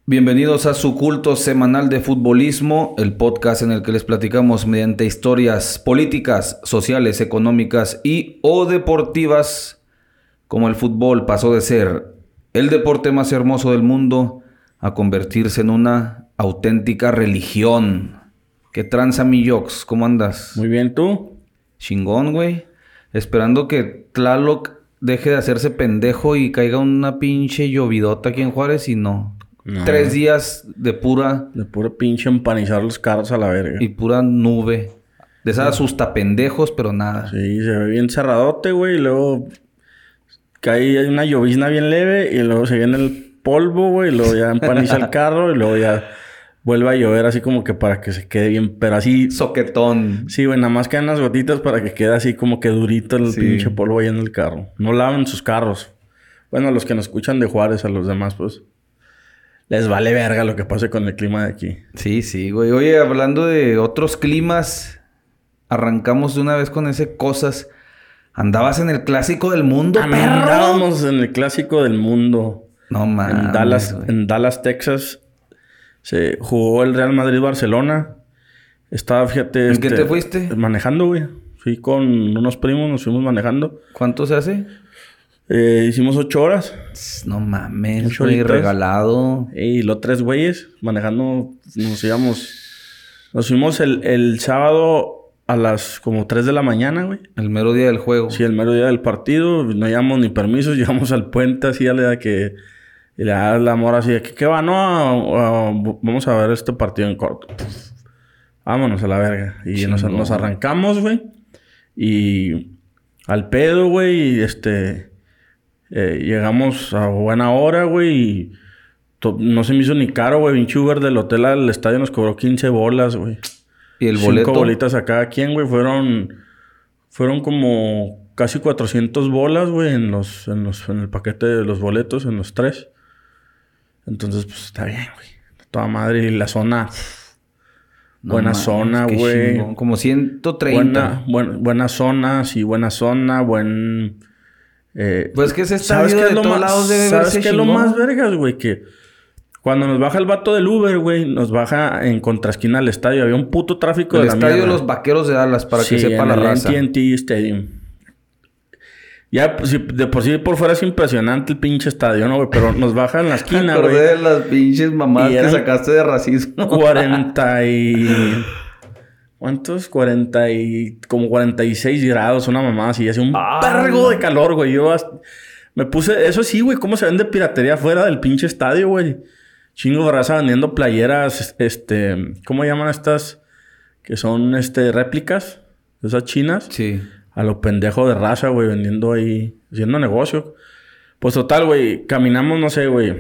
Bienvenidos a su culto semanal de futbolismo, el podcast en el que les platicamos mediante historias políticas, sociales, económicas y o deportivas, como el fútbol pasó de ser el deporte más hermoso del mundo a convertirse en una auténtica religión. ¿Qué tranza, mi Yox? ¿Cómo andas? Muy bien, ¿tú? Chingón, güey. Esperando que Tlaloc deje de hacerse pendejo y caiga una pinche llovidota aquí en Juárez y no. 3 días de pura... De puro pinche empanizar los carros a la verga. Y pura nube. De esas asustapendejos, pero nada. Sí, se ve bien cerradote, güey. Y luego cae una llovizna bien leve. Y luego se viene el polvo, güey. Y luego ya empaniza el carro. Y luego ya vuelve a llover así como que para que se quede bien. Pero así... Soquetón. Sí, güey. Nada más caen las gotitas para que quede así como que durito el pinche polvo ahí en el carro. No laven sus carros. Bueno, a los que nos escuchan de Juárez, a los demás, pues... Les vale verga lo que pase con el clima de aquí. Sí, güey. Oye, hablando de otros climas, arrancamos de una vez con ese cosas. ¿Andabas en el clásico del mundo, perro? Andábamos en el clásico del mundo. No mames, En Dallas, Texas. Se jugó el Real Madrid-Barcelona. Estaba, fíjate... ¿En qué te fuiste? Manejando, güey. Fui con unos primos, nos fuimos manejando. ¿Cuánto se hace? Hicimos 8 horas. No mames, güey, regalado. Y los 3 güeyes manejando, nos fuimos el sábado a las como 3 de la mañana, güey. El mero día del juego. Sí, el mero día del partido. No llevamos ni permisos, llegamos al puente así a la de que... Y le da la mora así de que, ¿qué va? No, vamos a ver este partido en corto. Vámonos a la verga. Y nos arrancamos, güey. Y al pedo, güey, y llegamos a buena hora, güey, y no se me hizo ni caro, güey. Pinche Uber del hotel al estadio nos cobró 15 bolas, güey. ¿Y el boleto? 5 bolitas a cada quien, güey. Fueron como casi 400 bolas, güey, en el paquete de los boletos, en los 3. Entonces, pues, está bien, güey. Toda madre. Y la zona... buena zona, güey. Como 130. Buena zona, sí, buena zona, pues que ese estadio de todos lados debe verse ¿sabes qué es lo más vergas, güey? Que cuando nos baja el vato del Uber, güey, nos baja en contraesquina al estadio. Había un puto tráfico de la mierda. El estadio de los Vaqueros de Dallas, para que sepa la raza. Sí, en el AT&T Stadium. Ya, pues, de por sí por fuera es impresionante el pinche estadio, ¿no, güey? Pero nos baja en la esquina, güey. Me acordé de las pinches mamadas que sacaste de racismo. 40 y... ¿Cuántos? 46 grados, una mamada así. Hace un vergo de calor, güey. Yo me puse... Eso sí, güey. ¿Cómo se vende piratería fuera del pinche estadio, güey? Chingo de raza vendiendo playeras, ¿cómo llaman estas? Que son, réplicas. Esas chinas. Sí. A lo pendejo de raza, güey. Vendiendo ahí... Haciendo negocio. Pues total, güey. Caminamos, no sé, güey.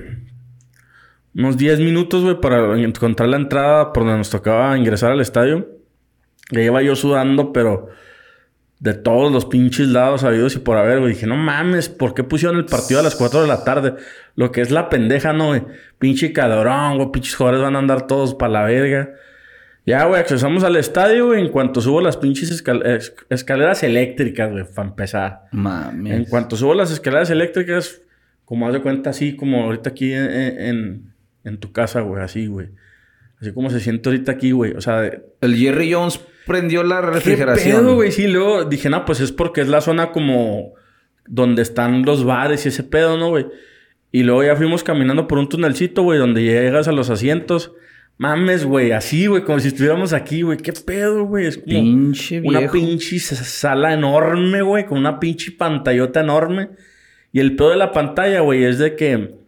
Unos 10 minutos, güey, para encontrar la entrada por donde nos tocaba ingresar al estadio. Ya iba yo sudando, pero de todos los pinches lados habidos y por haber, güey. Dije, no mames, ¿por qué pusieron el partido a las 4 de la tarde? Lo que es la pendeja, ¿no, güey? Pinche calorón, güey. Pinches jugadores van a andar todos para la verga. Ya, güey, accesamos al estadio, güey. En cuanto subo las pinches escaleras eléctricas, güey, para empezar. Mames. En cuanto subo las escaleras eléctricas, como haz de cuenta, así como ahorita aquí en tu casa, güey, así, güey. Así como se siente ahorita aquí, güey. O sea... El Jerry Jones prendió la refrigeración. ¿Qué pedo, güey? Sí, luego dije, no, pues es porque es la zona como... donde están los bares y ese pedo, ¿no, güey? Y luego ya fuimos caminando por un tunelcito, güey, donde llegas a los asientos. Mames, güey. Así, güey. Como si estuviéramos aquí, güey. ¿Qué pedo, güey? Es como... pinche viejo. Una pinche sala enorme, güey. Con una pinche pantallota enorme. Y el pedo de la pantalla, güey, es de que...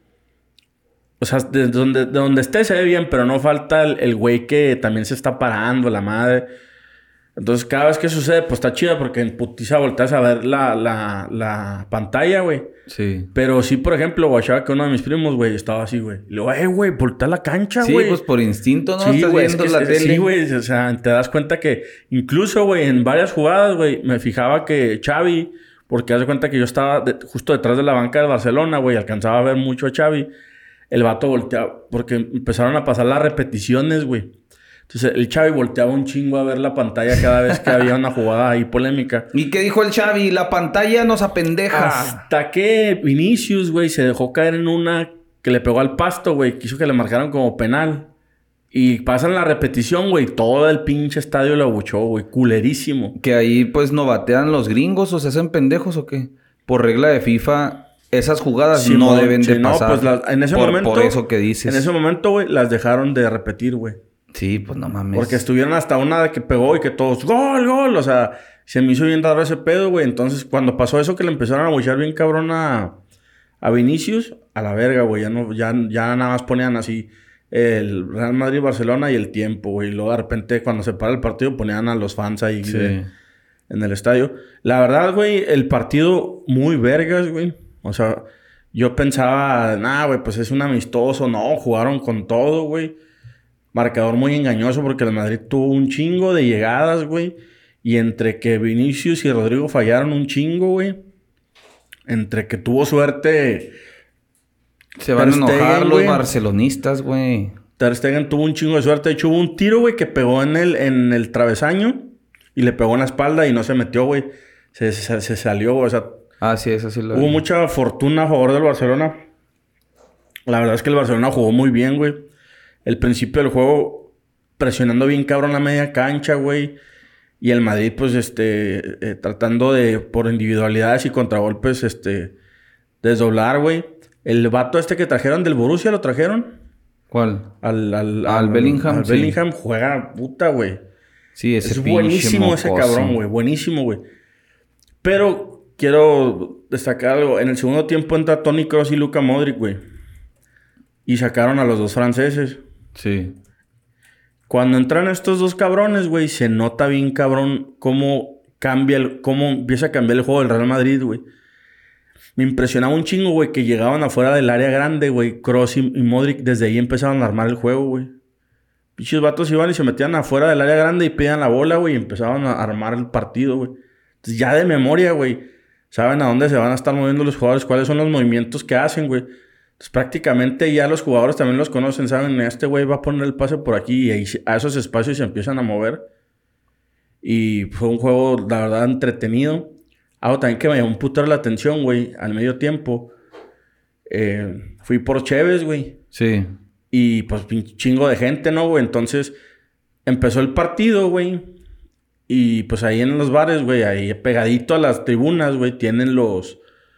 O sea, de donde esté se ve bien, pero no falta el güey que también se está parando, la madre. Entonces, cada vez que sucede, pues está chido porque en putiza volteas a ver la pantalla, güey. Sí. Pero sí, por ejemplo, guachaba que uno de mis primos, güey, estaba así, güey. Le digo, güey, voltea la cancha, güey. Sí, pues por instinto, ¿no? Sí, Estás güey, viendo la tele. Sí, güey. O sea, te das cuenta que incluso, güey, en varias jugadas, güey, me fijaba que Xavi... Porque haz de cuenta que yo estaba justo detrás de la banca del Barcelona, güey. Alcanzaba a ver mucho a Xavi. El vato volteaba... Porque empezaron a pasar las repeticiones, güey. Entonces, el Xavi volteaba un chingo a ver la pantalla cada vez que había una jugada ahí polémica. ¿Y qué dijo el Xavi? La pantalla nos apendeja. Hasta que Vinicius, güey, se dejó caer en una que le pegó al pasto, güey. Quiso que le marcaran como penal. Y pasan la repetición, güey. Todo el pinche estadio lo abuchó, güey. Culerísimo. Que ahí, pues, ¿no batean los gringos o se hacen pendejos o qué? Por regla de FIFA, esas jugadas Sí, no deben de pasar. No, pues en ese momento... Por eso que dices. En ese momento, güey, las dejaron de repetir, güey. Sí, pues no mames. Porque estuvieron hasta una de que pegó y que todos... ¡Gol, gol! O sea, se me hizo bien raro ese pedo, güey. Entonces, cuando pasó eso que le empezaron a abuchear bien cabrón a Vinicius, a la verga, güey. Ya nada más ponían así... el Real Madrid-Barcelona y el tiempo, güey. Y luego de repente, cuando se para el partido, ponían a los fans ahí en el estadio. La verdad, güey, el partido muy vergas, güey. O sea, yo pensaba, güey, pues es un amistoso. No, jugaron con todo, güey. Marcador muy engañoso porque el Madrid tuvo un chingo de llegadas, güey. Y entre que Vinicius y Rodrigo fallaron un chingo, güey. Entre que tuvo suerte... Se van a enojar los barcelonistas, güey. Ter Stegen tuvo un chingo de suerte. De hecho, hubo un tiro, güey, que pegó en el travesaño. Y le pegó en la espalda y no se metió, güey. Se salió, güey. O sea... sí, eso sí lo Hubo mucha fortuna a favor del Barcelona. La verdad es que el Barcelona jugó muy bien, güey. El principio del juego presionando bien cabrón la media cancha, güey. Y el Madrid, pues, tratando de, por individualidades y contragolpes, desdoblar, güey. El vato que trajeron del Borussia, ¿lo trajeron? ¿Cuál? Al Bellingham. Al Bellingham juega puta, güey. Sí, ese es buenísimo ese cabrón, güey. Buenísimo, güey. Pero quiero destacar algo. En el segundo tiempo entra Toni Kroos y Luka Modric, güey. Y sacaron a los dos franceses. Sí. Cuando entran estos dos cabrones, güey, se nota bien cabrón cómo empieza a cambiar el juego del Real Madrid, güey. Me impresionaba un chingo, güey, que llegaban afuera del área grande, güey. Kroos y Modric, desde ahí empezaban a armar el juego, güey. Pinches vatos iban y se metían afuera del área grande y pedían la bola, güey, y empezaban a armar el partido, güey. Entonces, ya de memoria, güey, saben a dónde se van a estar moviendo los jugadores, cuáles son los movimientos que hacen, güey. Entonces, prácticamente ya los jugadores también los conocen, saben, este güey va a poner el pase por aquí y ahí a esos espacios se empiezan a mover. Y fue un juego, la verdad, entretenido. Algo también que me llamó un putero la atención, güey, al medio tiempo. Fui por cheves, güey. Sí. Y pues chingo de gente, ¿no, güey? Entonces empezó el partido, güey. Y pues ahí en los bares, güey, ahí pegadito a las tribunas, güey, tienen los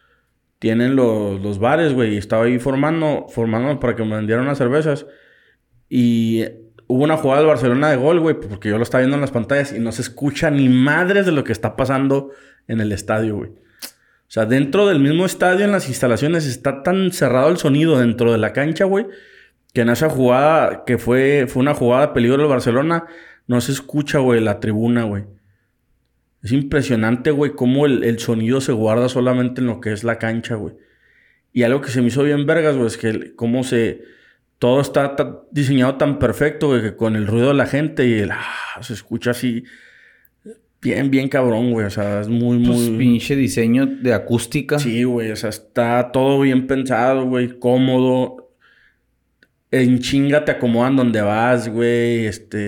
bares, güey. Y estaba ahí formando para que me vendieran unas cervezas. Y hubo una jugada del Barcelona de gol, güey, porque yo lo estaba viendo en las pantallas y no se escucha ni madres de lo que está pasando en el estadio, güey. O sea, dentro del mismo estadio, en las instalaciones, está tan cerrado el sonido dentro de la cancha, güey, que en esa jugada, que fue una jugada de peligro del Barcelona, no se escucha, güey, la tribuna, güey. Es impresionante, güey, cómo el sonido se guarda solamente en lo que es la cancha, güey. Y algo que se me hizo bien vergas, güey, es que todo está diseñado tan perfecto, güey, que con el ruido de la gente y se escucha así bien, bien cabrón, güey. O sea, es muy, pues, muy... pinche diseño de acústica. Sí, güey. O sea, está todo bien pensado, güey. Cómodo. En chinga te acomodan donde vas, güey.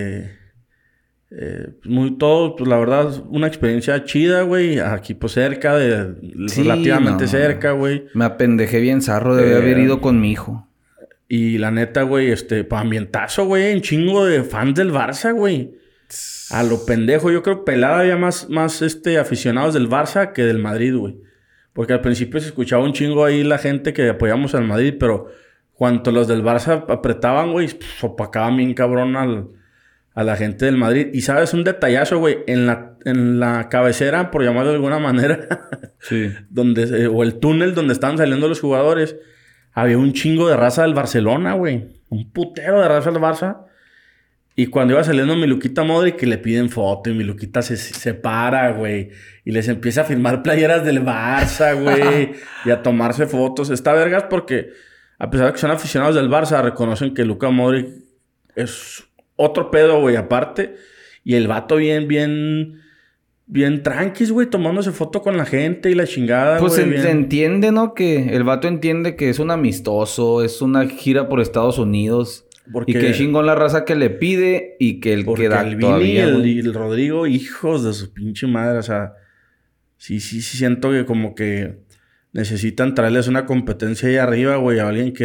Todo, pues la verdad, una experiencia chida, güey. Aquí, pues cerca, relativamente cerca, güey. Me apendejé bien zarro de haber ido con mi hijo. Y la neta, güey, ambientazo, güey. Un chingo de fans del Barça, güey. A lo pendejo. Yo creo que pelada había más aficionados del Barça que del Madrid, güey. Porque al principio se escuchaba un chingo ahí la gente que apoyamos al Madrid, pero cuando los del Barça apretaban, güey, pues, opacaban bien cabrón a la gente del Madrid. Y sabes, un detallazo, güey, en la cabecera, por llamarlo de alguna manera, sí. o el túnel donde estaban saliendo los jugadores, había un chingo de raza del Barcelona, güey. Un putero de raza del Barça. Y cuando iba saliendo mi Luquita Modric, que le piden foto y mi Luquita se para, güey. Y les empieza a firmar playeras del Barça, güey. Y a tomarse fotos. Está vergas porque, a pesar de que son aficionados del Barça, reconocen que Luka Modric es otro pedo, güey, aparte. Y el vato bien tranquis, güey, tomándose foto con la gente y la chingada, pues güey. Se entiende, ¿no? Que el vato entiende que es un amistoso, es una gira por Estados Unidos. Y que chingón la raza que le pide y que que da el Vini y el Rodrigo, hijos de su pinche madre, o sea, sí siento que como que necesitan traerles una competencia ahí arriba, güey, a alguien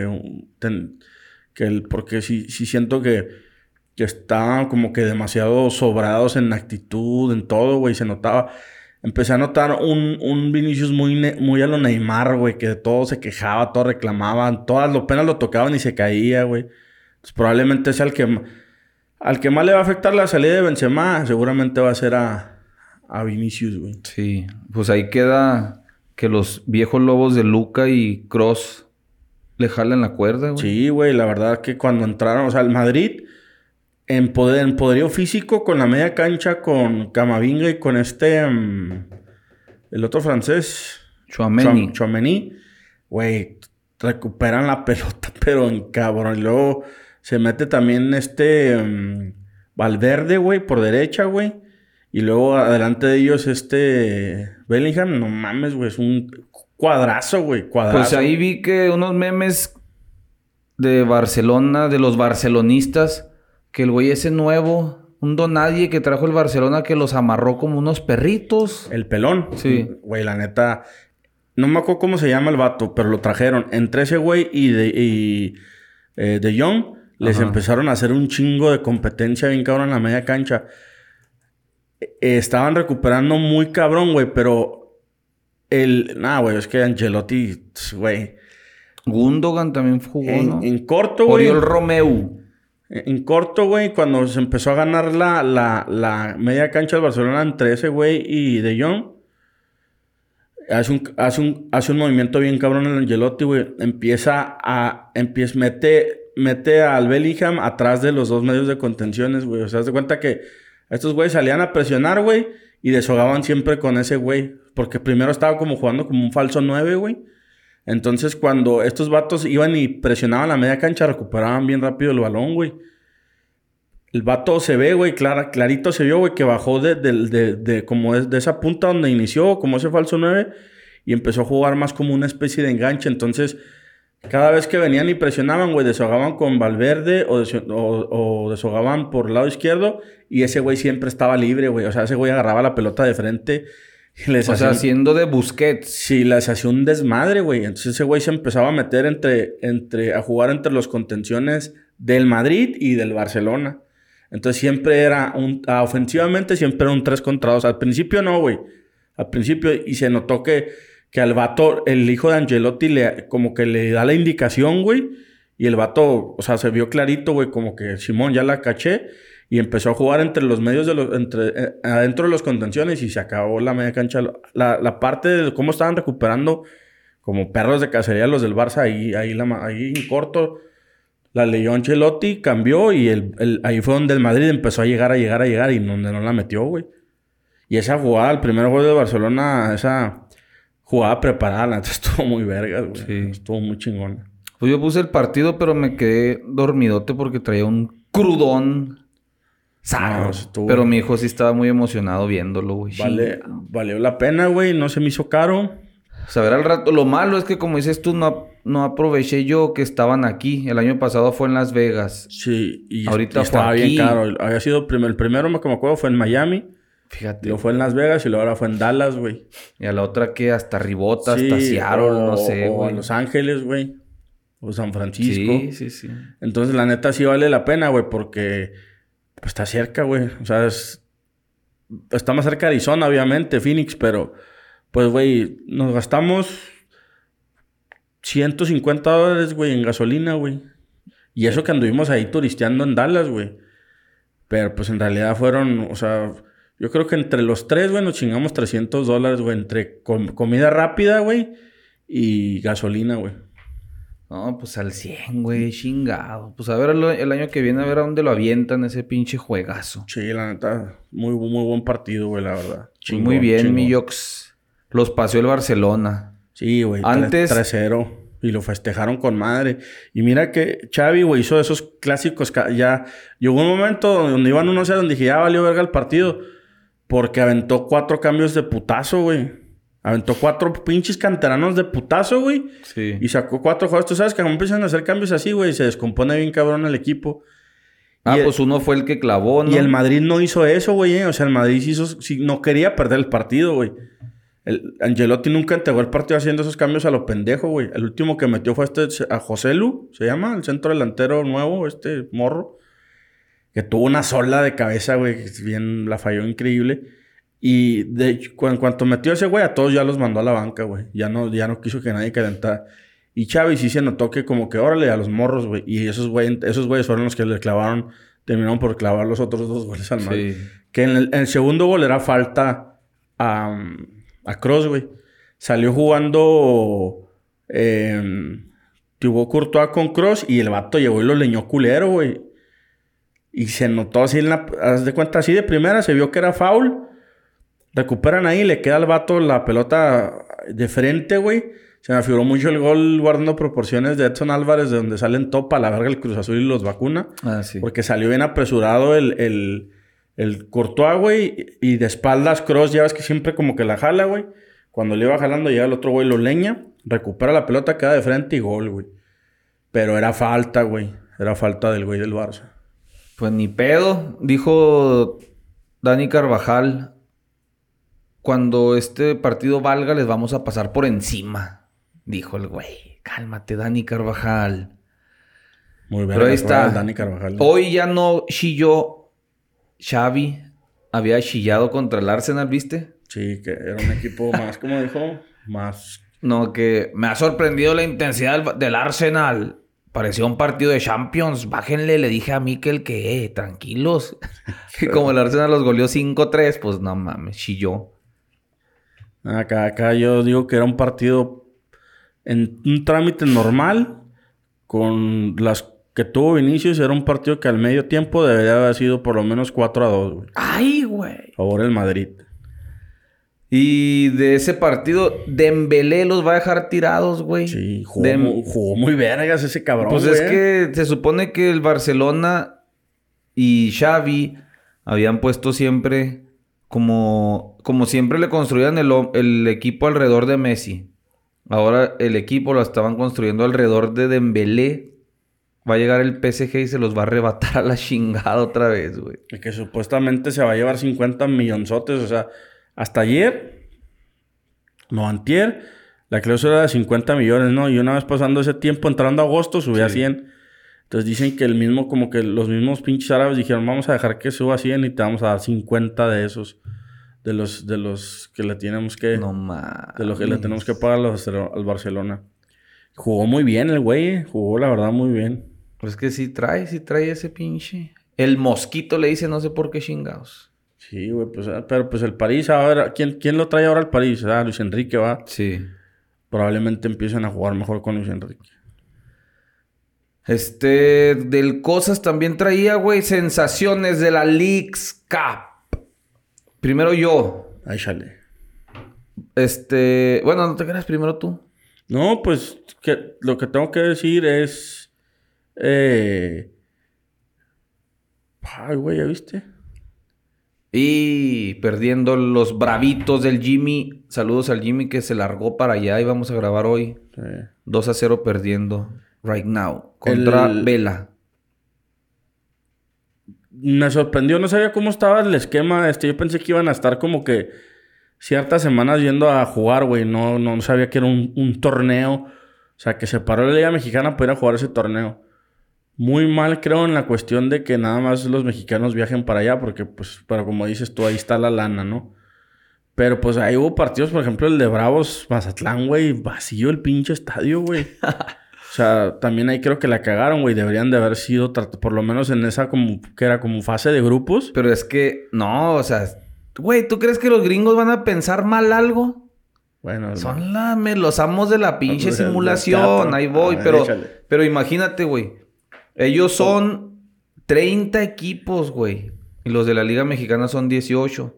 porque sí siento que estaban como que demasiado sobrados en actitud, en todo, güey, se notaba. Empecé a notar un Vinicius muy a lo Neymar, güey, que de todo se quejaba, todo reclamaban, todas apenas lo tocaban y se caía, güey. Entonces probablemente sea al que más le va a afectar la salida de Benzema, seguramente va a ser a Vinicius, güey. Sí, pues ahí queda que los viejos lobos de Luka y Kroos le jalan la cuerda, güey. Sí, güey, la verdad que cuando entraron, o sea, el Madrid en poderío físico con la media cancha, con Camavinga y con el otro francés, Tchouaméni, güey, recuperan la pelota, pero en cabrón. Y luego se mete también Valverde, güey, por derecha, güey. Y luego adelante de ellos Bellingham, no mames, güey, es un cuadrazo, güey, cuadrazo. Pues ahí vi que unos memes de Barcelona, de los barcelonistas, que el güey ese nuevo, un donadie que trajo el Barcelona que los amarró como unos perritos. El pelón. Sí. Güey, la neta, no me acuerdo cómo se llama el vato, pero lo trajeron. Entre ese güey y De Jong, les empezaron a hacer un chingo de competencia bien cabrón en la media cancha. Estaban recuperando muy cabrón, güey, pero güey, es que Ancelotti, güey. Gundogan también jugó, ¿no? En corto, güey. Oriol Romeu. En corto, güey, cuando se empezó a ganar la media cancha del Barcelona entre ese güey y De Jong, hace un movimiento bien cabrón en el Ancelotti, güey. Mete al Bellingham atrás de los dos medios de contenciones, güey. O sea, haz de cuenta que estos güeyes salían a presionar, güey, y deshogaban siempre con ese güey. Porque primero estaba como jugando como un falso 9, güey. Entonces, cuando estos vatos iban y presionaban la media cancha, recuperaban bien rápido el balón, güey. El vato se ve, güey, clarito se vio, güey, que bajó de esa punta donde inició, como ese falso 9, y empezó a jugar más como una especie de enganche. Entonces, cada vez que venían y presionaban, güey, deshogaban con Valverde o deshogaban por el lado izquierdo, y ese güey siempre estaba libre, güey. O sea, ese güey agarraba la pelota de frente. Haciendo de Busquets. Sí, les hacía un desmadre, güey. Entonces ese güey se empezaba a meter a jugar entre los contenciones del Madrid y del Barcelona. Entonces siempre era ofensivamente siempre era un 3 contra 2. Al principio no, güey. Al principio, y se notó que al vato, el hijo de Ancelotti, como que le da la indicación, güey. Y el vato, o sea, se vio clarito, güey, como que Simón ya la caché. Y empezó a jugar entre los medios adentro de los contenciones y se acabó la media cancha. La parte de cómo estaban recuperando como perros de cacería los del Barça, ahí en corto, la leyó Ancelotti, cambió y ahí fue donde el Madrid empezó a llegar y donde no la metió, güey. Y esa jugada, el primer gol de Barcelona, esa jugada preparada, estuvo muy verga, güey. Sí. Estuvo muy chingona. Pues yo puse el partido, pero me quedé dormidote porque traía un crudón. Pero mi hijo sí estaba muy emocionado viéndolo, güey. Valió la pena, güey. No se me hizo caro. O sea, a ver al rato. Lo malo es que, como dices tú, no aproveché yo que estaban aquí. El año pasado fue en Las Vegas. Sí. Y ahorita estaba bien caro. Había sido el primero que me acuerdo fue en Miami. Fíjate. Luego fue en Las Vegas y luego ahora fue en Dallas, güey. Y a la otra que hasta Ribota, hasta Seattle, no sé, güey. O en Los Ángeles, güey. O San Francisco. Sí. Entonces, la neta, sí vale la pena, güey, porque pues está cerca, güey. O sea, está más cerca de Arizona, obviamente, Phoenix, pero pues, güey, nos gastamos $150, güey, en gasolina, güey. Y eso que anduvimos ahí turisteando en Dallas, güey. Pero pues en realidad fueron, o sea, yo creo que entre los tres, güey, nos chingamos $300, güey, entre comida rápida, güey, y gasolina, güey. No, pues al 100, güey, chingado. Pues a ver el año que viene, a ver a dónde lo avientan ese pinche juegazo. Sí, la neta, muy buen partido, güey, la verdad. Chingón, muy bien, mi Yox. Los paseó el Barcelona. Sí, güey, antes 3-0. Y lo festejaron con madre. Y mira que Xavi, güey, hizo esos clásicos. Ya llegó un momento donde iban 1-0, donde dije, ya valió verga el partido. Porque aventó 4 cambios de putazo, güey. Aventó 4 pinches canteranos de putazo, güey. Sí. Y sacó 4 jugadores. Tú sabes que cuando empiezan a hacer cambios así, güey, se descompone bien cabrón el equipo. Pues uno fue el que clavó, ¿no? Y el Madrid no hizo eso, güey. O sea, el Madrid no quería perder el partido, güey. Ancelotti nunca entregó el partido haciendo esos cambios a lo pendejo, güey. El último que metió fue a Joselu, se llama, el centro delantero nuevo, morro. Que tuvo una sola de cabeza, güey. Bien, la falló increíble. Y de hecho, en cuanto metió ese güey, a todos ya los mandó a la banca, güey. Ya no quiso que nadie calentara. Y Xavi sí se notó que como que órale a los morros, güey. Y esos güeyes fueron los que le clavaron, terminaron por clavar los otros 2 goles al Madrid. Sí. Que en el segundo gol era falta a Kroos, güey. Salió jugando Thibaut Courtois con Kroos y el vato llegó y lo leñó culero, güey. Y se notó así haz de cuenta, así de primera se vio que era foul. Recuperan ahí, le queda al vato la pelota de frente, güey. Se me figuró mucho el gol guardando proporciones de Edson Álvarez, de donde salen topa a la verga el Cruz Azul y los vacuna. Ah, sí. Porque salió bien apresurado el Courtois, güey. Y de espaldas Kroos, ya ves que siempre como que la jala, güey. Cuando le iba jalando, llega el otro güey, lo leña. Recupera la pelota, queda de frente y gol, güey. Pero era falta, güey. Era falta del güey del Barça. Pues ni pedo. Dijo Dani Carvajal... Cuando este partido valga, les vamos a pasar por encima. Dijo el güey. Cálmate, Dani Carvajal. Muy bien. Pero ahí está. Dani Carvajal. Hoy ya no chilló Xavi. Había chillado contra el Arsenal, ¿viste? Sí, que era un equipo más, ¿cómo dijo? Más... No, que me ha sorprendido la intensidad del Arsenal. Parecía un partido de Champions. Bájenle, le dije a Mikel que, tranquilos. Y como el Arsenal los goleó 5-3, pues no mames, chilló. Acá yo digo que era un partido en un trámite normal, con las que tuvo Vinicius, era un partido que al medio tiempo debería haber sido por lo menos 4-2, güey. ¡Ay, güey! Favor el Madrid. Y de ese partido, Dembélé los va a dejar tirados, güey. Sí, jugó muy vergas ese cabrón, pues es que se supone que el Barcelona y Xavi habían puesto siempre... Como siempre le construían el equipo alrededor de Messi. Ahora el equipo lo estaban construyendo alrededor de Dembélé. Va a llegar el PSG y se los va a arrebatar a la chingada otra vez, güey. Y que supuestamente se va a llevar 50 millonzotes. O sea, hasta ayer, no antier, la cláusula era de 50 millones, ¿no? Y una vez pasando ese tiempo, entrando a agosto, subía a 100. Entonces dicen que los mismos pinches árabes dijeron, vamos a dejar que suba a 100 y te vamos a dar 50 de esos. De los que le tenemos que... No mames. De los que le tenemos que pagar al Barcelona. Jugó muy bien el güey. Jugó la verdad muy bien. Pues que sí trae ese pinche. El mosquito le dice no sé por qué chingados. Sí, güey. Pues, pero pues el París, a ver, ¿quién lo trae ahora al París? Luis Enrique va. Sí. Probablemente empiecen a jugar mejor con Luis Enrique. Del Cosas también traía, güey, sensaciones de la Leagues Cup. Primero yo. Ay, chale. Bueno, no te creas, primero tú. No, pues, lo que tengo que decir es... Ay, güey, ¿ya viste? Y perdiendo los bravitos del Jimmy. Saludos al Jimmy que se largó para allá y vamos a grabar hoy. Sí. 2-0 perdiendo. Right now. Contra Vela. Me sorprendió. No sabía cómo estaba el esquema. Yo pensé que iban a estar como que ciertas semanas yendo a jugar, güey. No sabía que era un torneo. O sea, que se paró la Liga Mexicana para ir a jugar ese torneo. Muy mal, creo, en la cuestión de que nada más los mexicanos viajen para allá. Porque, pues, pero como dices tú, ahí está la lana, ¿no? Pero, pues, ahí hubo partidos, por ejemplo, el de Bravos Mazatlán, güey. Vacío el pinche estadio, güey. O sea, también ahí creo que la cagaron, güey. Deberían de haber sido, por lo menos en esa que era como fase de grupos. Pero es que, no, o sea... Güey, ¿tú crees que los gringos van a pensar mal algo? Bueno... Son los amos de la pinche simulación. Ahí voy, pero imagínate, güey. Ellos son 30 equipos, güey. Y los de la Liga Mexicana son 18.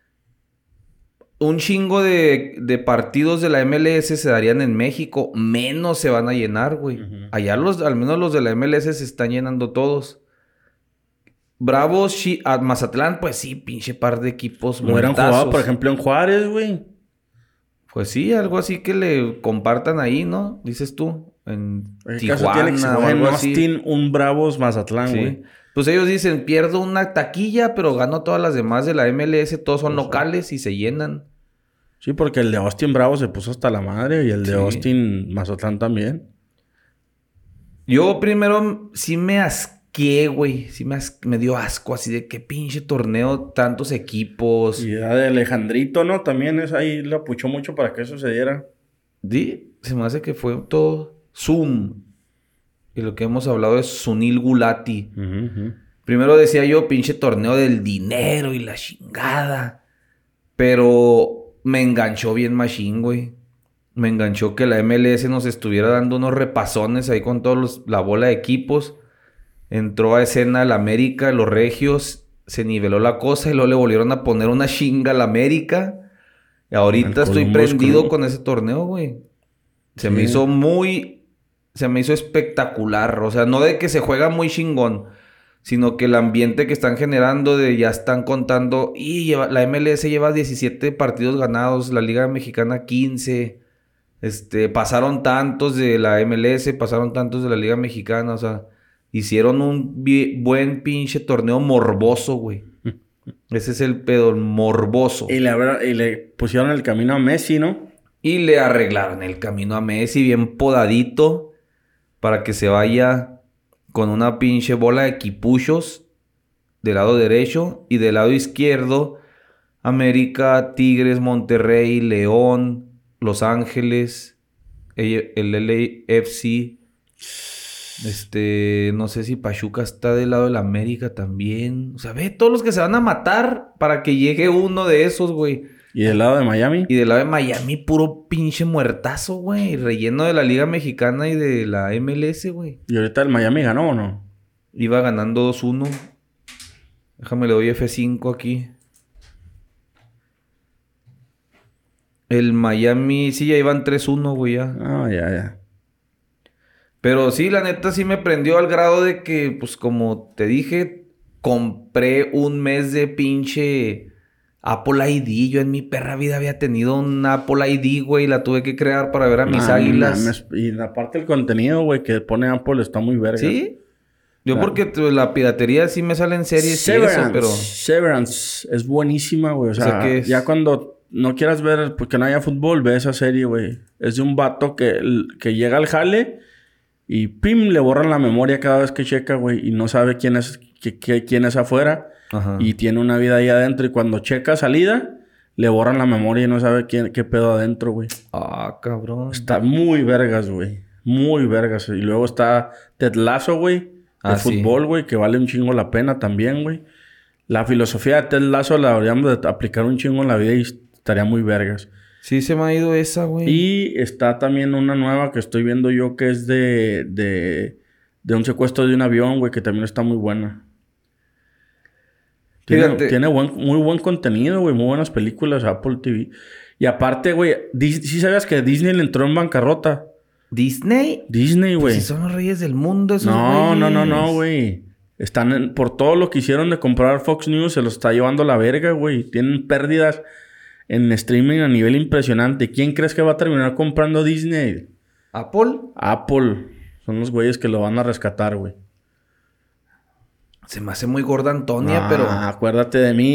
Un chingo de partidos de la MLS se darían en México. Menos se van a llenar, güey. Uh-huh. Allá al menos los de la MLS se están llenando todos. Bravos, Mazatlán, pues sí, pinche par de equipos muertazos. Hubieran jugado, por ejemplo, en Juárez, güey. Pues sí, algo así que le compartan ahí, ¿no? Dices tú. En Tijuana tiene que ser o algo así. Austin, un Bravos Mazatlán, güey. Sí. Pues ellos dicen, pierdo una taquilla, pero gano todas las demás de la MLS. Todos son locales y se llenan. Sí, porque el de Austin Bravo se puso hasta la madre y el de Austin Mazatlán también. Yo primero sí me asqué, güey. Sí me dio asco así de qué pinche torneo, tantos equipos. Y la de Alejandrito, ¿no? También es ahí, lo apuchó mucho para que eso sucediera. Sí, se me hace que fue todo Zoom. Y lo que hemos hablado es Sunil Gulati. Primero decía yo, pinche torneo del dinero y la chingada. Pero me enganchó bien machine, güey. Me enganchó que la MLS nos estuviera dando unos repasones ahí con todos la bola de equipos. Entró a escena el América, los Regios. Se niveló la cosa y luego le volvieron a poner una chinga al América. Y ahorita estoy prendido con ese torneo, güey. Se me hizo espectacular. O sea, no de que se juega muy chingón, sino que el ambiente que están generando de ya están contando. Y la MLS lleva 17 partidos ganados, la Liga Mexicana 15. Pasaron tantos de la MLS, pasaron tantos de la Liga Mexicana. O sea, hicieron un buen pinche torneo morboso, güey. Ese es el pedo, morboso. Y le pusieron el camino a Messi, ¿no? Y le arreglaron el camino a Messi bien podadito para que se vaya con una pinche bola de quipuchos del lado derecho y del lado izquierdo América, Tigres, Monterrey, León, Los Ángeles, el LAFC. No sé si Pachuca está del lado del América también. O sea, ve todos los que se van a matar para que llegue uno de esos, güey. ¿Y del lado de Miami? Y del lado de Miami, puro pinche muertazo, güey. Relleno de la Liga Mexicana y de la MLS, güey. ¿Y ahorita el Miami ganó o no? Iba ganando 2-1. Déjame, le doy F5 aquí. El Miami, sí, ya iban 3-1, güey, ya. Ah, ya. Pero sí, la neta sí me prendió al grado de que, pues como te dije, compré un mes de pinche Apple ID. Yo en mi perra vida había tenido un Apple ID, güey. La tuve que crear para ver a mis águilas. Y aparte el contenido, güey, que pone Apple está muy verga. ¿Sí? Yo porque la piratería sí me sale en series y eso, pero... Severance es buenísima, güey. O sea, ¿qué es? Ya cuando no quieras ver, porque no haya fútbol, ve esa serie, güey. Es de un vato que llega al jale y ¡pim! Le borran la memoria cada vez que checa, güey. Y no sabe quién es afuera. Ajá. Y tiene una vida ahí adentro. Y cuando checa salida, le borran la memoria y no sabe qué pedo adentro, güey. Ah, cabrón. Está muy vergas, güey. Muy vergas. Y luego está Ted Lasso, güey. De fútbol, güey. Que vale un chingo la pena también, güey. La filosofía de Ted Lasso la deberíamos de aplicar un chingo en la vida y estaría muy vergas. Sí, se me ha ido esa, güey. Y está también una nueva que estoy viendo yo que es de un secuestro de un avión, güey. Que también está muy buena. Tiene muy buen contenido, güey. Muy buenas películas, Apple TV. Y aparte, güey, ¿sí sabías que Disney le entró en bancarrota? ¿Disney? Disney, güey. Pues si son los reyes del mundo esos güeyes. No, güey. Están por todo lo que hicieron de comprar Fox News, se los está llevando a la verga, güey. Tienen pérdidas en streaming a nivel impresionante. ¿Quién crees que va a terminar comprando Disney? ¿Apple? Apple. Son los güeyes que lo van a rescatar, güey. Se me hace muy gorda Antonia, pero... Acuérdate de mí.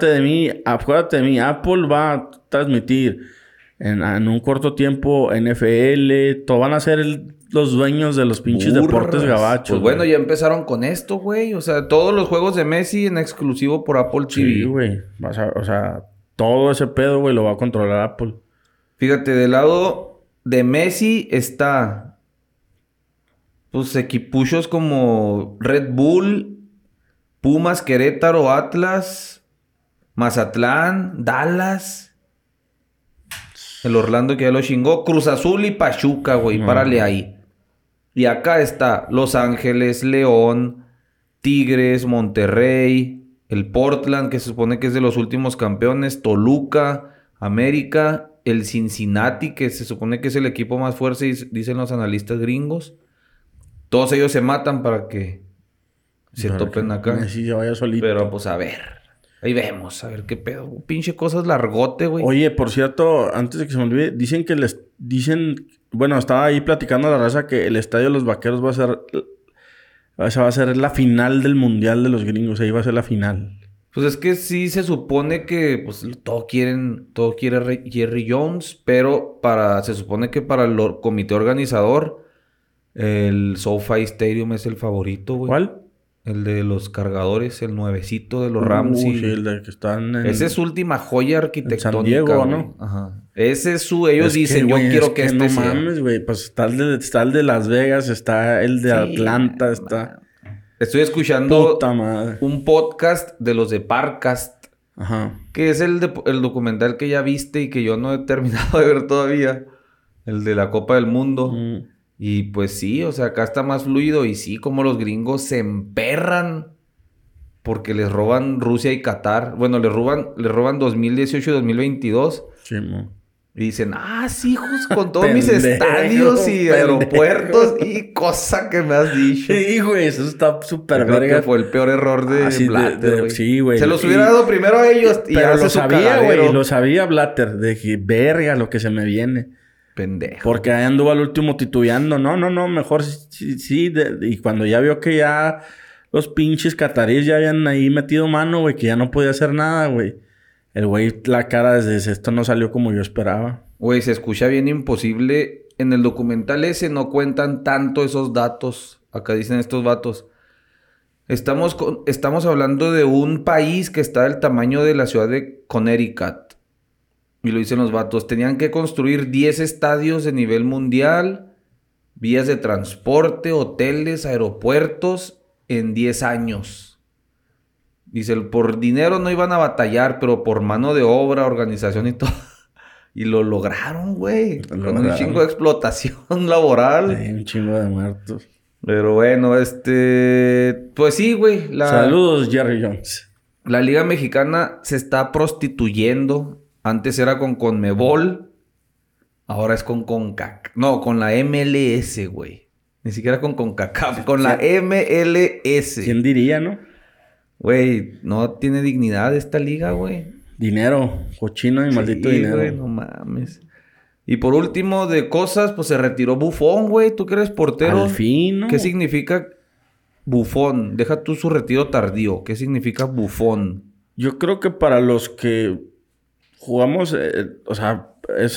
Apple va a transmitir en un corto tiempo NFL. Todo van a ser los dueños de los pinches deportes gabachos. Pues bueno, ya empezaron con esto, güey. O sea, todos los juegos de Messi en exclusivo por Apple TV. Sí, güey. O sea, todo ese pedo, güey, lo va a controlar Apple. Fíjate, del lado de Messi está... pues equipuchos como Red Bull... Pumas, Querétaro, Atlas, Mazatlán, Dallas, el Orlando que ya lo chingó, Cruz Azul y Pachuca, güey, párale ahí. Y acá está Los Ángeles, León, Tigres, Monterrey, el Portland, que se supone que es de los últimos campeones, Toluca, América, el Cincinnati, que se supone que es el equipo más fuerte, dicen los analistas gringos. Todos ellos se matan para que se topen acá. Sí, se vaya solito. Pero pues a ver. Ahí vemos. A ver qué pedo. Pinche cosas largote, güey. Oye, por cierto, antes de que se me olvide, dicen que bueno, estaba ahí platicando a la raza que el estadio de los Vaqueros va a ser la final del Mundial de los gringos. Ahí va a ser la final. Pues es que sí se supone que pues todo quiere Jerry Jones, pero se supone que para el comité organizador, el SoFi Stadium es el favorito, güey. ¿Cuál? El de los cargadores, el nuevecito de los Rams Sí, el de que están en... Esa es su última joya arquitectónica, San Diego, güey. ¿no? Ajá. Ese es su... Ellos dicen, güey, yo quiero que este no sea. mames, güey. Pues está el de Las Vegas, está el de Sí, Atlanta, está... Estoy escuchando Puta madre. un podcast de los de Parcast, Ajá. que es el documental que ya viste y que yo no he terminado de ver todavía. El de la Copa del Mundo. Mm. Y pues sí, o sea, acá está más fluido. Y sí, como los gringos se emperran porque les roban Rusia y Qatar. Bueno, les roban 2018 y 2022. Sí, mo. Y dicen, sí, hijos, con todos mis Pendejo, estadios y pendejo. aeropuertos. Y cosa que me has dicho. Sí, güey, eso está súper Creo verga. que fue el peor error de Sí, Blatter, güey. sí, güey. Se los hubiera dado primero a ellos y pero hace lo su sabía, cagadero. güey. Lo sabía Blatter. De que verga lo que se me viene. Pendejo. Porque ahí anduvo al último titubeando. No, mejor sí. Y cuando ya vio que ya los pinches cataríes ya habían ahí metido mano, güey, que ya no podía hacer nada, güey. El güey, la cara desde esto no salió como yo esperaba. Güey, se escucha bien imposible. En el documental ese no cuentan tanto esos datos. Acá dicen estos vatos. Estamos hablando de un país que está del tamaño de la ciudad de Connecticut. Y lo dicen los vatos. Tenían que construir 10 estadios de nivel mundial, vías de transporte, hoteles, aeropuertos en 10 años. Dice, por dinero no iban a batallar, pero por mano de obra, organización y todo. Y lo lograron, güey. Con un chingo de explotación laboral. Sí, un chingo de muertos. Pero bueno, pues sí, güey. Saludos, Jerry Jones. La Liga Mexicana se está prostituyendo. Antes era con Conmebol. Ahora es con CONCACAF. No, con la MLS, güey. Ni siquiera con CONCACAF. Con la MLS. ¿Quién diría, no? Güey, no tiene dignidad esta liga, güey. Dinero. Cochino y maldito dinero. Güey, no mames. Y por último, de cosas, pues se retiró Buffon, güey. ¿Tú que eres portero? Al fin, ¿no? ¿Qué significa Buffon? Deja tú su retiro tardío. ¿Qué significa Buffon? Yo creo que para los que jugamos, o sea,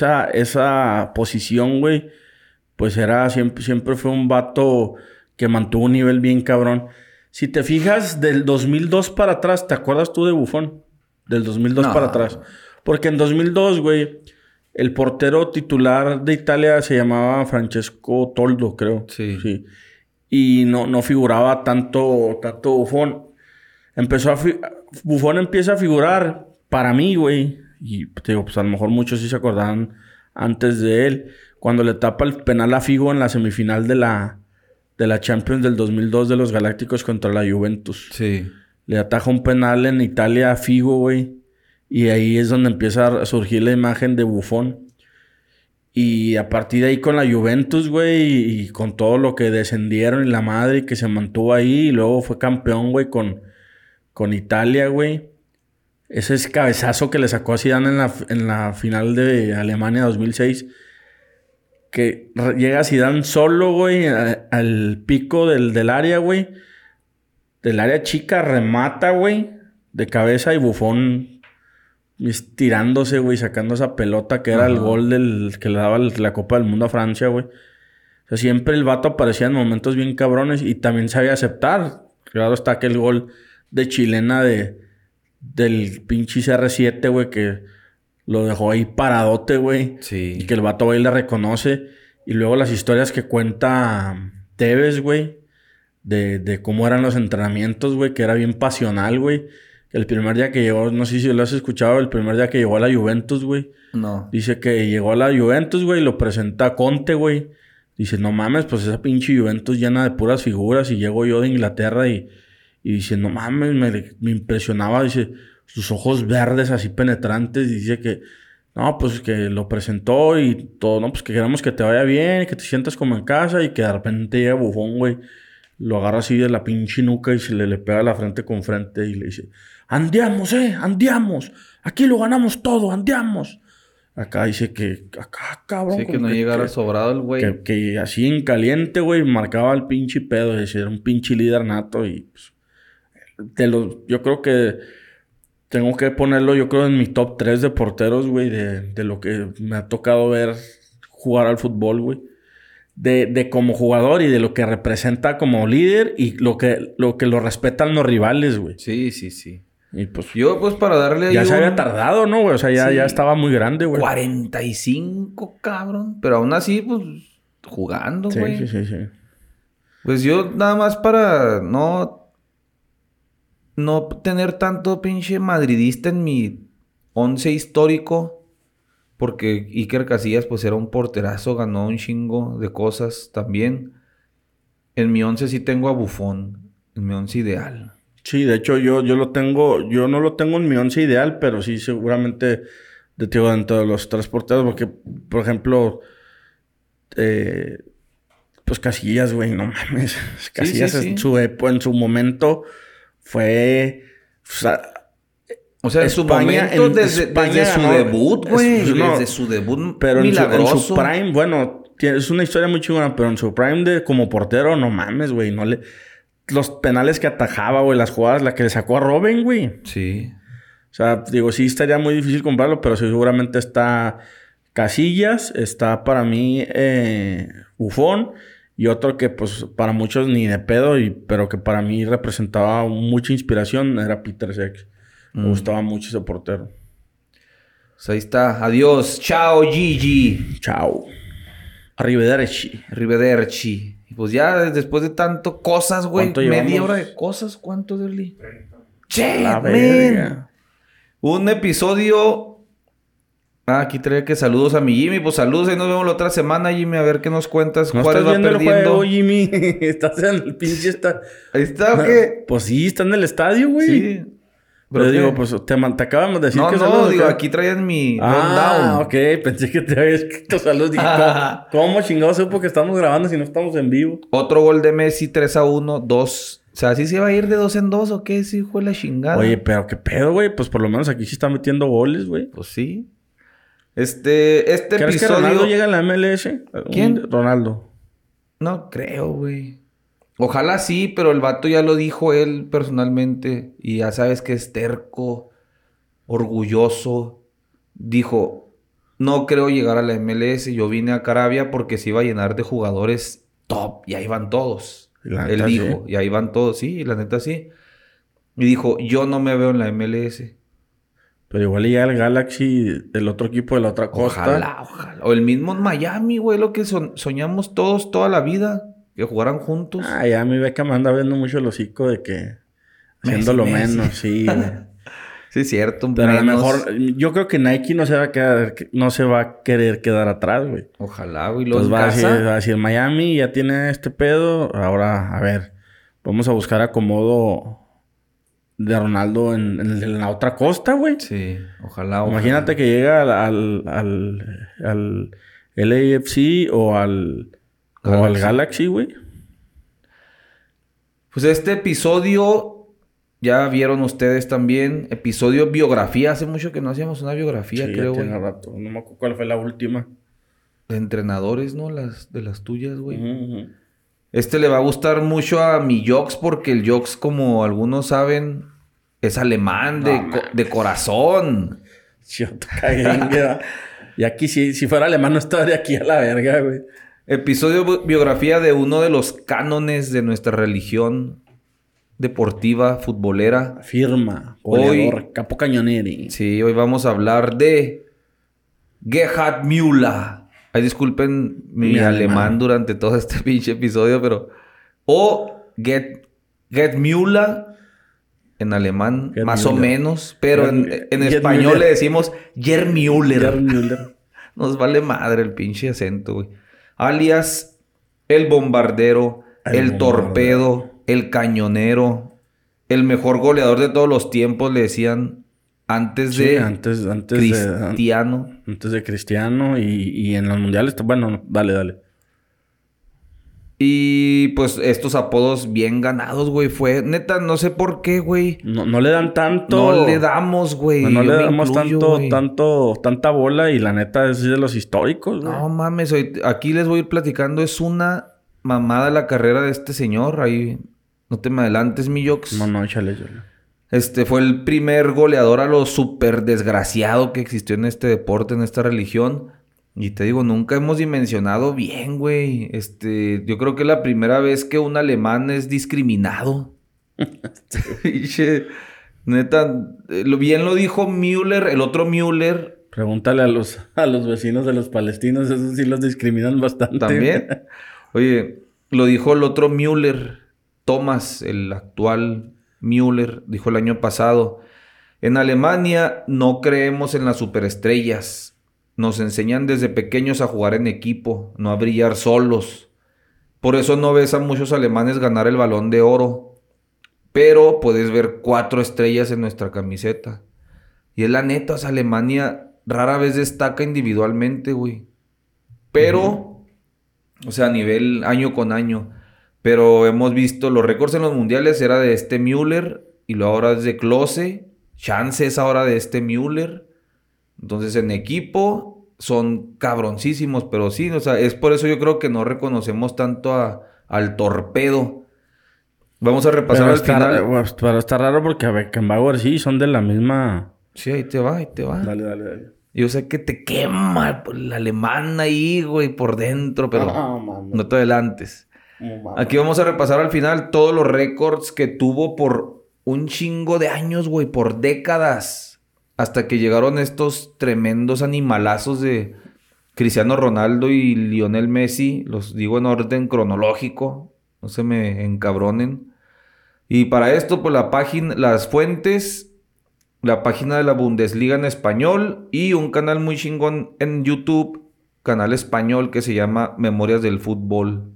esa posición, güey, pues siempre fue un vato que mantuvo un nivel bien cabrón. Si te fijas, del 2002 para atrás, ¿te acuerdas tú de Buffon? Del 2002 para atrás. Porque en 2002, güey, el portero titular de Italia se llamaba Francesco Toldo, creo. Sí. Y no figuraba tanto Buffon. Buffon empieza a figurar para mí, güey. Y te digo, pues a lo mejor muchos sí se acordaban antes de él. Cuando le tapa el penal a Figo en la semifinal de la Champions del 2002 de los Galácticos contra la Juventus. Sí. Le ataja un penal en Italia a Figo, güey. Y ahí es donde empieza a surgir la imagen de Buffon. Y a partir de ahí con la Juventus, güey, y con todo lo que descendieron y la madre que se mantuvo ahí. Y luego fue campeón, güey, con Italia, güey. Ese es cabezazo que le sacó a Zidane en la final de Alemania 2006. Que llega Zidane solo, güey, al pico del área, güey. Del área chica, remata, güey, de cabeza y Buffon estirándose, güey, sacando esa pelota que era el gol que le daba la Copa del Mundo a Francia, güey. O sea, siempre el vato aparecía en momentos bien cabrones y también sabía aceptar. Claro está aquel gol de chilena del pinche CR7, güey, que lo dejó ahí paradote, güey. Sí. Y que el vato ahí le reconoce. Y luego las historias que cuenta Tevez, güey. De cómo eran los entrenamientos, güey. Que era bien pasional, güey. El primer día que llegó... No sé si lo has escuchado. El primer día que llegó a la Juventus, güey. No. Dice que llegó a la Juventus, güey. Lo presenta Conte, güey. Dice, no mames, pues esa pinche Juventus llena de puras figuras. Y llego yo de Inglaterra y dice, no mames, me impresionaba. Dice, sus ojos verdes así penetrantes. Dice que... No, pues que lo presentó y todo. No, pues que queremos que te vaya bien. Que te sientas como en casa. Y que de repente llega Buffon, güey. Lo agarra así de la pinche nuca y se le pega la frente con frente y le dice, andiamos, andiamos, aquí lo ganamos todo, andiamos. Acá dice que, acá, cabrón. Sí, que no llegara sobrado el güey. Que así en caliente, güey, marcaba el pinche pedo. Es decir, era un pinche líder nato y pues, yo creo que Tengo que ponerlo, yo creo, en mi top 3 de porteros, güey, de lo que me ha tocado ver jugar al fútbol, güey. De como jugador y de lo que representa como líder y lo que lo respetan los rivales, güey. Sí, sí, sí. Y pues Yo, pues, para darle ahí ya se había tardado, ¿no, güey? O sea, ya estaba muy grande, güey. 45, cabrón. Pero aún así, pues, jugando, Sí, güey. sí. Pues yo nada más para no tener tanto pinche madridista en mi once histórico. Porque Iker Casillas, pues, era un porterazo. Ganó un chingo de cosas también. En mi once sí tengo a Buffon. En mi once ideal. Sí, de hecho yo lo tengo, yo no lo tengo en mi once ideal, pero sí seguramente digo, dentro de los 3 porteros, porque, por ejemplo, pues Casillas, güey, no mames. Casillas sí. en su momento fue, O sea, en su momento, desde su debut, güey. Desde su debut pero milagroso. En su prime, bueno, es una historia muy chingona, pero en su prime como portero, no mames, güey. Los penales que atajaba, güey, las jugadas, la que le sacó a Robben, güey. Sí. O sea, digo, sí estaría muy difícil comprarlo, pero sí, seguramente está Casillas, está para mí Buffon y otro que, pues, para muchos ni de pedo, pero que para mí representaba mucha inspiración, era Peter Cech. Me gustaba mucho ese portero. Pues ahí está. Adiós. Chao, Gigi. Chao. Arrivederci. Arrivederci. Y pues ya después de tanto cosas, güey. Media hora de cosas. ¿Cuánto, Derly? ¡Che, man! Un episodio... aquí trae que saludos a mi Jimmy. Pues saludos. Ahí nos vemos la otra semana, Jimmy. A ver qué nos cuentas. ¿No Juárez estás viendo va perdiendo. el juego, Jimmy? ¿Estás en el pinche ¿Ahí está o qué? Pues sí, está en el estadio, güey. Sí. Pero digo, pues te acabamos de decir que saludos. No, digo, aquí traían mi rundown. Ok. Pensé que te había escrito saludos. Dije, ¿cómo chingados supo que estamos grabando si no estamos en vivo? Otro gol de Messi, 3-1, 2. O sea, ¿sí se va a ir de 2 en 2 o qué? Sí, fue la chingada. Oye, pero qué pedo, güey. Pues por lo menos aquí sí está metiendo goles, güey. Pues sí. Este ¿Crees episodio... que Ronaldo llega a la MLS? ¿Quién? Ronaldo. No creo, güey. Ojalá sí, pero el vato ya lo dijo él personalmente. Y ya sabes que es terco, orgulloso. Dijo, no creo llegar a la MLS. Yo vine a Carabia porque se iba a llenar de jugadores top. Y ahí van todos. Él dijo, y ahí van todos, sí, la neta sí. Y dijo, yo no me veo en la MLS. Pero igual llega el Galaxy del otro equipo de la otra costa. Ojalá. O el mismo en Miami, güey, lo que soñamos todos toda la vida. Que jugaran juntos. Ya mi beca me anda viendo mucho el hocico de que... Haciendo lo menos, sí, güey. Sí, es cierto. Pero a lo mejor... Yo creo que Nike no se va a querer quedar atrás, güey. Ojalá, güey. Pues va a decir, Miami ya tiene este pedo. Ahora, a ver. Vamos a buscar acomodo de Ronaldo en la otra costa, güey. Sí, ojalá. Imagínate que llega al LAFC o al Galaxy, güey. Pues este episodio, ya vieron ustedes también, episodio biografía. Hace mucho que no hacíamos una biografía, sí, creo, güey. Tiene rato. No me acuerdo cuál fue la última. De entrenadores, ¿no? De las tuyas, güey. Este le va a gustar mucho a mi Jox porque el Jox, como algunos saben, es alemán de corazón. Yo te cagué, y aquí si fuera alemán no estaría aquí a la verga, güey. Episodio biografía de uno de los cánones de nuestra religión deportiva, futbolera. Firma, goleador, capo cañoneri. Sí, hoy vamos a hablar de Gerhard Müller. Ay, disculpen mi alemán durante todo este pinche episodio, pero... O Gerd Müller en alemán, más o menos. Pero en español le decimos Gerd Müller. Nos vale madre el pinche acento, güey. Alias el bombardero, el torpedo, el cañonero, el mejor goleador de todos los tiempos, le decían antes de Cristiano. Antes de Cristiano y en los mundiales. Bueno, dale. Y pues estos apodos bien ganados, güey. Fue neta, no sé por qué, güey. No le dan tanto. No le damos, güey. No le damos tanta bola y la neta es de los históricos, güey. No mames, aquí les voy a ir platicando. Es una mamada la carrera de este señor. Ahí no te me adelantes, mi Jox. No, échale. Fue el primer goleador a lo súper desgraciado que existió en este deporte, en esta religión. Y te digo, nunca hemos dimensionado bien, güey. Yo creo que es la primera vez que un alemán es discriminado. Pinche, neta, bien lo dijo Müller, el otro Müller. Pregúntale a los vecinos de los palestinos, esos sí los discriminan bastante. También. Oye, lo dijo el otro Müller, Thomas, el actual Müller, dijo el año pasado. En Alemania no creemos en las superestrellas. Nos enseñan desde pequeños a jugar en equipo, no a brillar solos. Por eso no ves a muchos alemanes ganar el Balón de Oro. Pero puedes ver 4 estrellas en nuestra camiseta. Y es la neta, o sea, Alemania rara vez destaca individualmente, güey. Pero, o sea, a nivel año con año. Pero hemos visto los récords en los mundiales era de Müller. Y luego ahora es de Klose. Chance es ahora de Müller. Entonces en equipo son cabroncísimos. Pero sí, o sea, es por eso yo creo que no reconocemos tanto al torpedo. Vamos a repasar al final. Pero está raro porque a Beckenbauer sí son de la misma... Sí, ahí te va. Dale. Yo sé que te quema el alemán ahí, güey, por dentro, pero no te adelantes. Aquí vamos a repasar al final todos los récords que tuvo por un chingo de años, güey, por décadas. Hasta que llegaron estos tremendos animalazos de Cristiano Ronaldo y Lionel Messi. Los digo en orden cronológico. No se me encabronen. Y para esto, pues las fuentes, la página de la Bundesliga en español y un canal muy chingón en YouTube, canal español que se llama Memorias del Fútbol.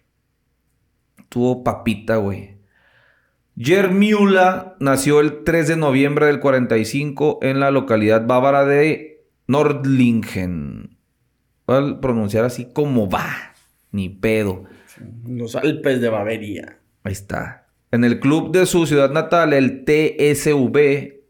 Tuvo papita, güey. Gerd Müller nació el 3 de noviembre del 45 en la localidad bávara de Nordlingen. Voy a pronunciar así como va, ni pedo. Los Alpes de Baviera. Ahí está. En el club de su ciudad natal, el TSV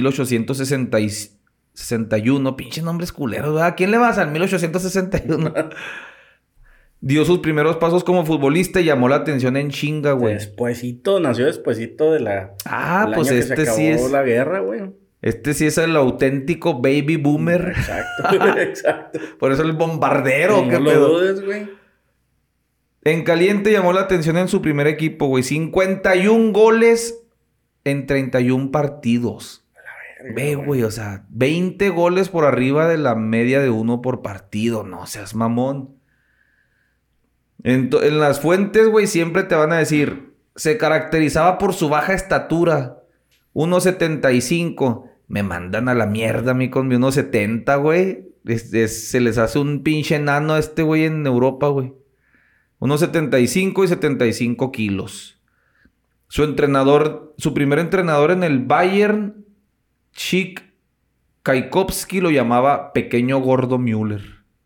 1861. Pinche nombres culeros, ¿verdad? ¿A quién le vas al 1861? Dio sus primeros pasos como futbolista y llamó la atención en chinga, güey. Nació despuesito de la... pues año que se acabó la guerra, güey. Este sí es el auténtico baby boomer. Exacto. Por eso el bombardero. No lo dudes, güey. En caliente llamó la atención en su primer equipo, güey. 51 goles en 31 partidos. Ve, güey, o sea, 20 goles por arriba de la media de 1 por partido. No seas mamón. En las fuentes, güey, siempre te van a decir, se caracterizaba por su baja estatura. 1.75. Me mandan a la mierda a mí con mi 1.70, güey. Se les hace un pinche enano a este güey en Europa, güey. 1.75 y 75 kilos. Su primer entrenador en el Bayern, Chick Kaikowski, lo llamaba Pequeño Gordo Müller.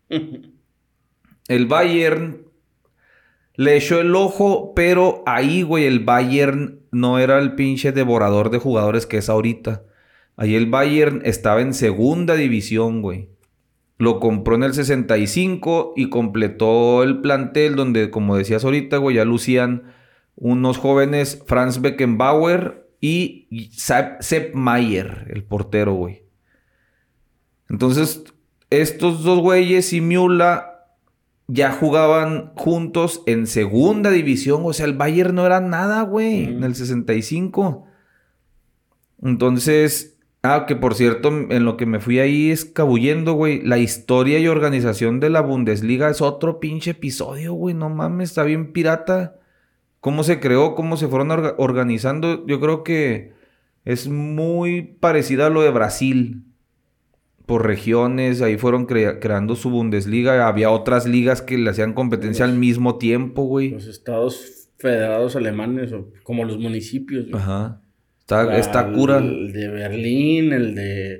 El Bayern le echó el ojo, pero ahí, güey, el Bayern no era el pinche devorador de jugadores que es ahorita. Ahí el Bayern estaba en segunda división, güey. Lo compró en el 65 y completó el plantel donde, como decías ahorita, güey, ya lucían unos jóvenes Franz Beckenbauer y Sepp Maier, el portero, güey. Entonces, estos dos güeyes y Müller ya jugaban juntos en segunda división. O sea, el Bayern no era nada, güey, en el 65. Entonces... que por cierto, en lo que me fui ahí escabullendo, güey, la historia y organización de la Bundesliga es otro pinche episodio, güey. No mames, está bien pirata. Cómo se creó, cómo se fueron organizando. Yo creo que es muy parecida a lo de Brasil. Por regiones, ahí fueron creando su Bundesliga. Había otras ligas que le hacían competencia al mismo tiempo, güey. Los estados federados alemanes, o como los municipios, güey. Ajá. Está cura. El de Berlín, el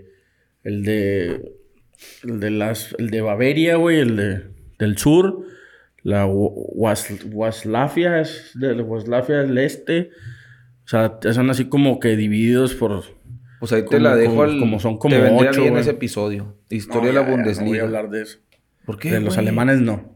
de Baviera, güey, del sur, la Wazlafia del este. O sea, son así como que divididos por... Pues ahí te la dejo como son como te vendría 8, bien güey. ese episodio. Historia de la Bundesliga. No voy a hablar de eso. ¿Por qué, De los alemanes no.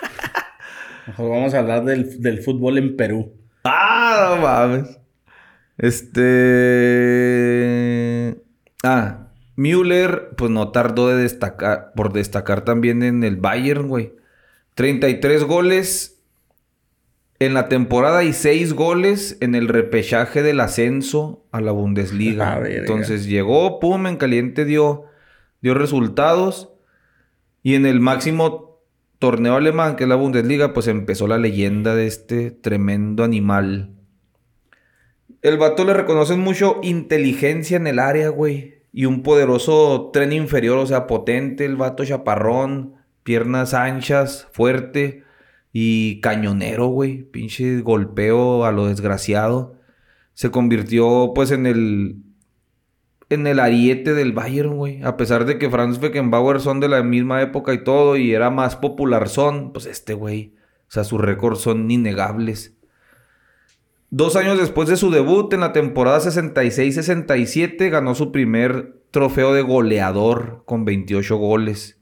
Mejor vamos a hablar del fútbol en Perú. No mames. Müller, pues no tardó por destacar también en el Bayern, güey. 33 goles en la temporada y 6 goles en el repechaje del ascenso a la Bundesliga. Entonces llegó, pum, en caliente dio resultados. Y en el máximo torneo alemán, que es la Bundesliga, pues empezó la leyenda de este tremendo animal. El vato le reconocen mucho inteligencia en el área, güey. Y un poderoso tren inferior, o sea, potente. El vato chaparrón, piernas anchas, fuerte y cañonero, güey. Pinche golpeo a lo desgraciado. Se convirtió, pues, en el ariete del Bayern, güey. A pesar de que Franz Beckenbauer son de la misma época y todo, y era más popular pues este güey. O sea, sus récords son innegables. 2 años después de su debut, en la temporada 66-67, ganó su primer trofeo de goleador con 28 goles.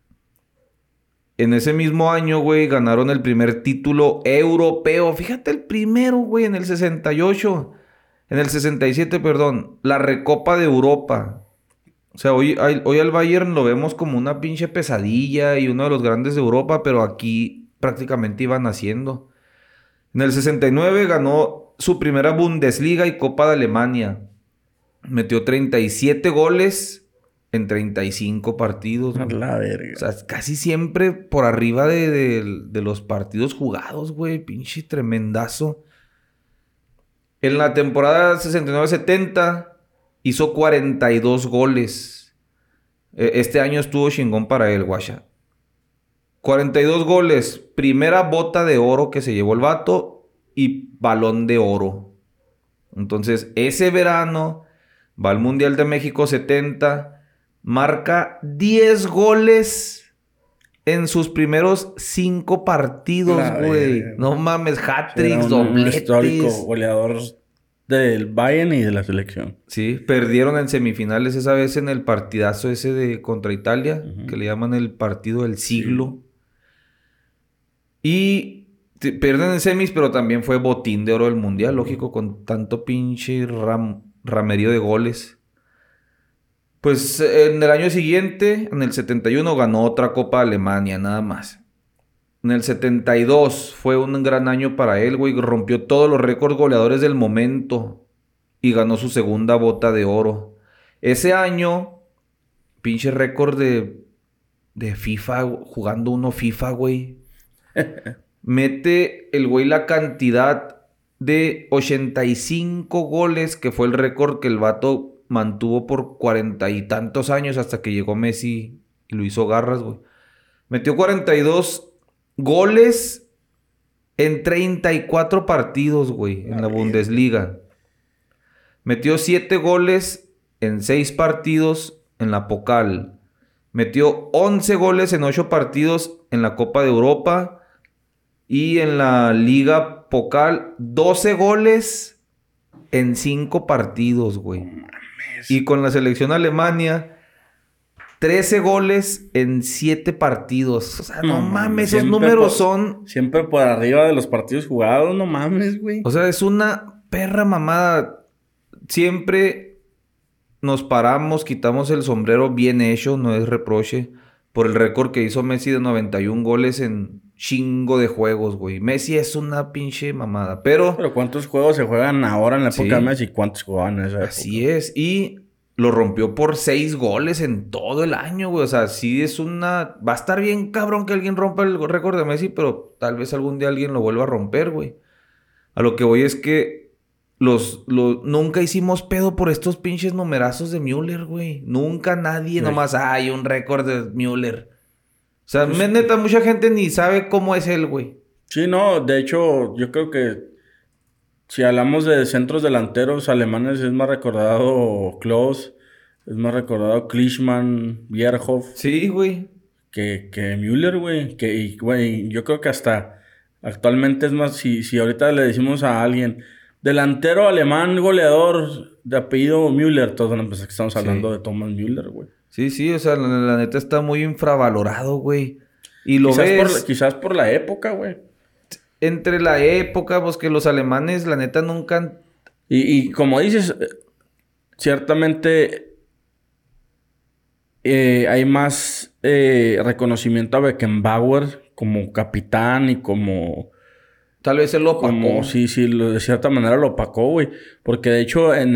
En ese mismo año, güey, ganaron el primer título europeo. Fíjate, el primero, güey, en el 68. En el 67, perdón. La Recopa de Europa. O sea, hoy al Bayern lo vemos como una pinche pesadilla y uno de los grandes de Europa, pero aquí prácticamente iban haciendo. En el 69 ganó su primera Bundesliga y Copa de Alemania. Metió 37 goles en 35 partidos. A la verga. O sea, casi siempre por arriba de los partidos jugados, güey. Pinche tremendazo. En la temporada 69-70 hizo 42 goles. Este año estuvo chingón para él, guacha. 42 goles. Primera bota de oro que se llevó el vato y balón de oro. Entonces, ese verano va al Mundial de México 70. Marca 10 goles en sus primeros 5 partidos, güey. No mames, hat-tricks, dobletes. Histórico goleador del Bayern y de la selección. Sí, perdieron en semifinales esa vez en el partidazo ese contra Italia, que le llaman el partido del siglo. Y pierden en semis, pero también fue botín de oro del mundial, lógico, con tanto pinche ramerío de goles. Pues en el año siguiente, en el 71, ganó otra Copa de Alemania, nada más. En el 72 fue un gran año para él, güey. Rompió todos los récords goleadores del momento y ganó su segunda bota de oro. Ese año, pinche récord de FIFA, jugando uno FIFA, güey. Mete el güey la cantidad de 85 goles, que fue el récord que el vato mantuvo por 40 y tantos años hasta que llegó Messi y lo hizo garras, güey. Metió 42 goles en 34 partidos, güey, en la Bundesliga. Metió 7 goles en 6 partidos en la Pokal. Metió 11 goles en 8 partidos en la Copa de Europa. Y en la Liga Pokal, 12 goles en 5 partidos, güey. Y con la selección Alemania, 13 goles en 7 partidos. O sea, no mames, esos números son... Siempre por arriba de los partidos jugados, no mames, güey. O sea, es una perra mamada. Siempre nos paramos, quitamos el sombrero bien hecho, no es reproche, por el récord que hizo Messi de 91 goles en chingo de juegos, güey. Messi es una pinche mamada, pero ¿cuántos juegos se juegan ahora en la época de Messi? ¿Cuántos jugaban en esa época? Así es, y lo rompió por 6 goles en todo el año, güey. O sea, sí es una... Va a estar bien cabrón que alguien rompa el récord de Messi, pero tal vez algún día alguien lo vuelva a romper, güey. A lo que voy es que nunca hicimos pedo por estos pinches numerazos de Müller, güey. Nunca nadie, nomás hay un récord de Müller. O sea, pues, neta, mucha gente ni sabe cómo es él, güey. Sí, no, de hecho, yo creo que si hablamos de centros delanteros alemanes, es más recordado Klose, es más recordado Klinsmann, Bierhoff. Sí, güey. Que Müller, güey. Y, güey, yo creo que hasta actualmente es más, si ahorita le decimos a alguien, delantero alemán goleador de apellido Müller, todos van a pensar que estamos hablando de Thomas Müller, güey. Sí, o sea, la neta está muy infravalorado, güey. Y lo ves... Quizás por la época, güey. Entre la época, pues que los alemanes, la neta, nunca han Y como dices, ciertamente hay más reconocimiento a Beckenbauer como capitán y como... Tal vez él lo opacó. Como, sí, de cierta manera lo opacó, güey. Porque de hecho en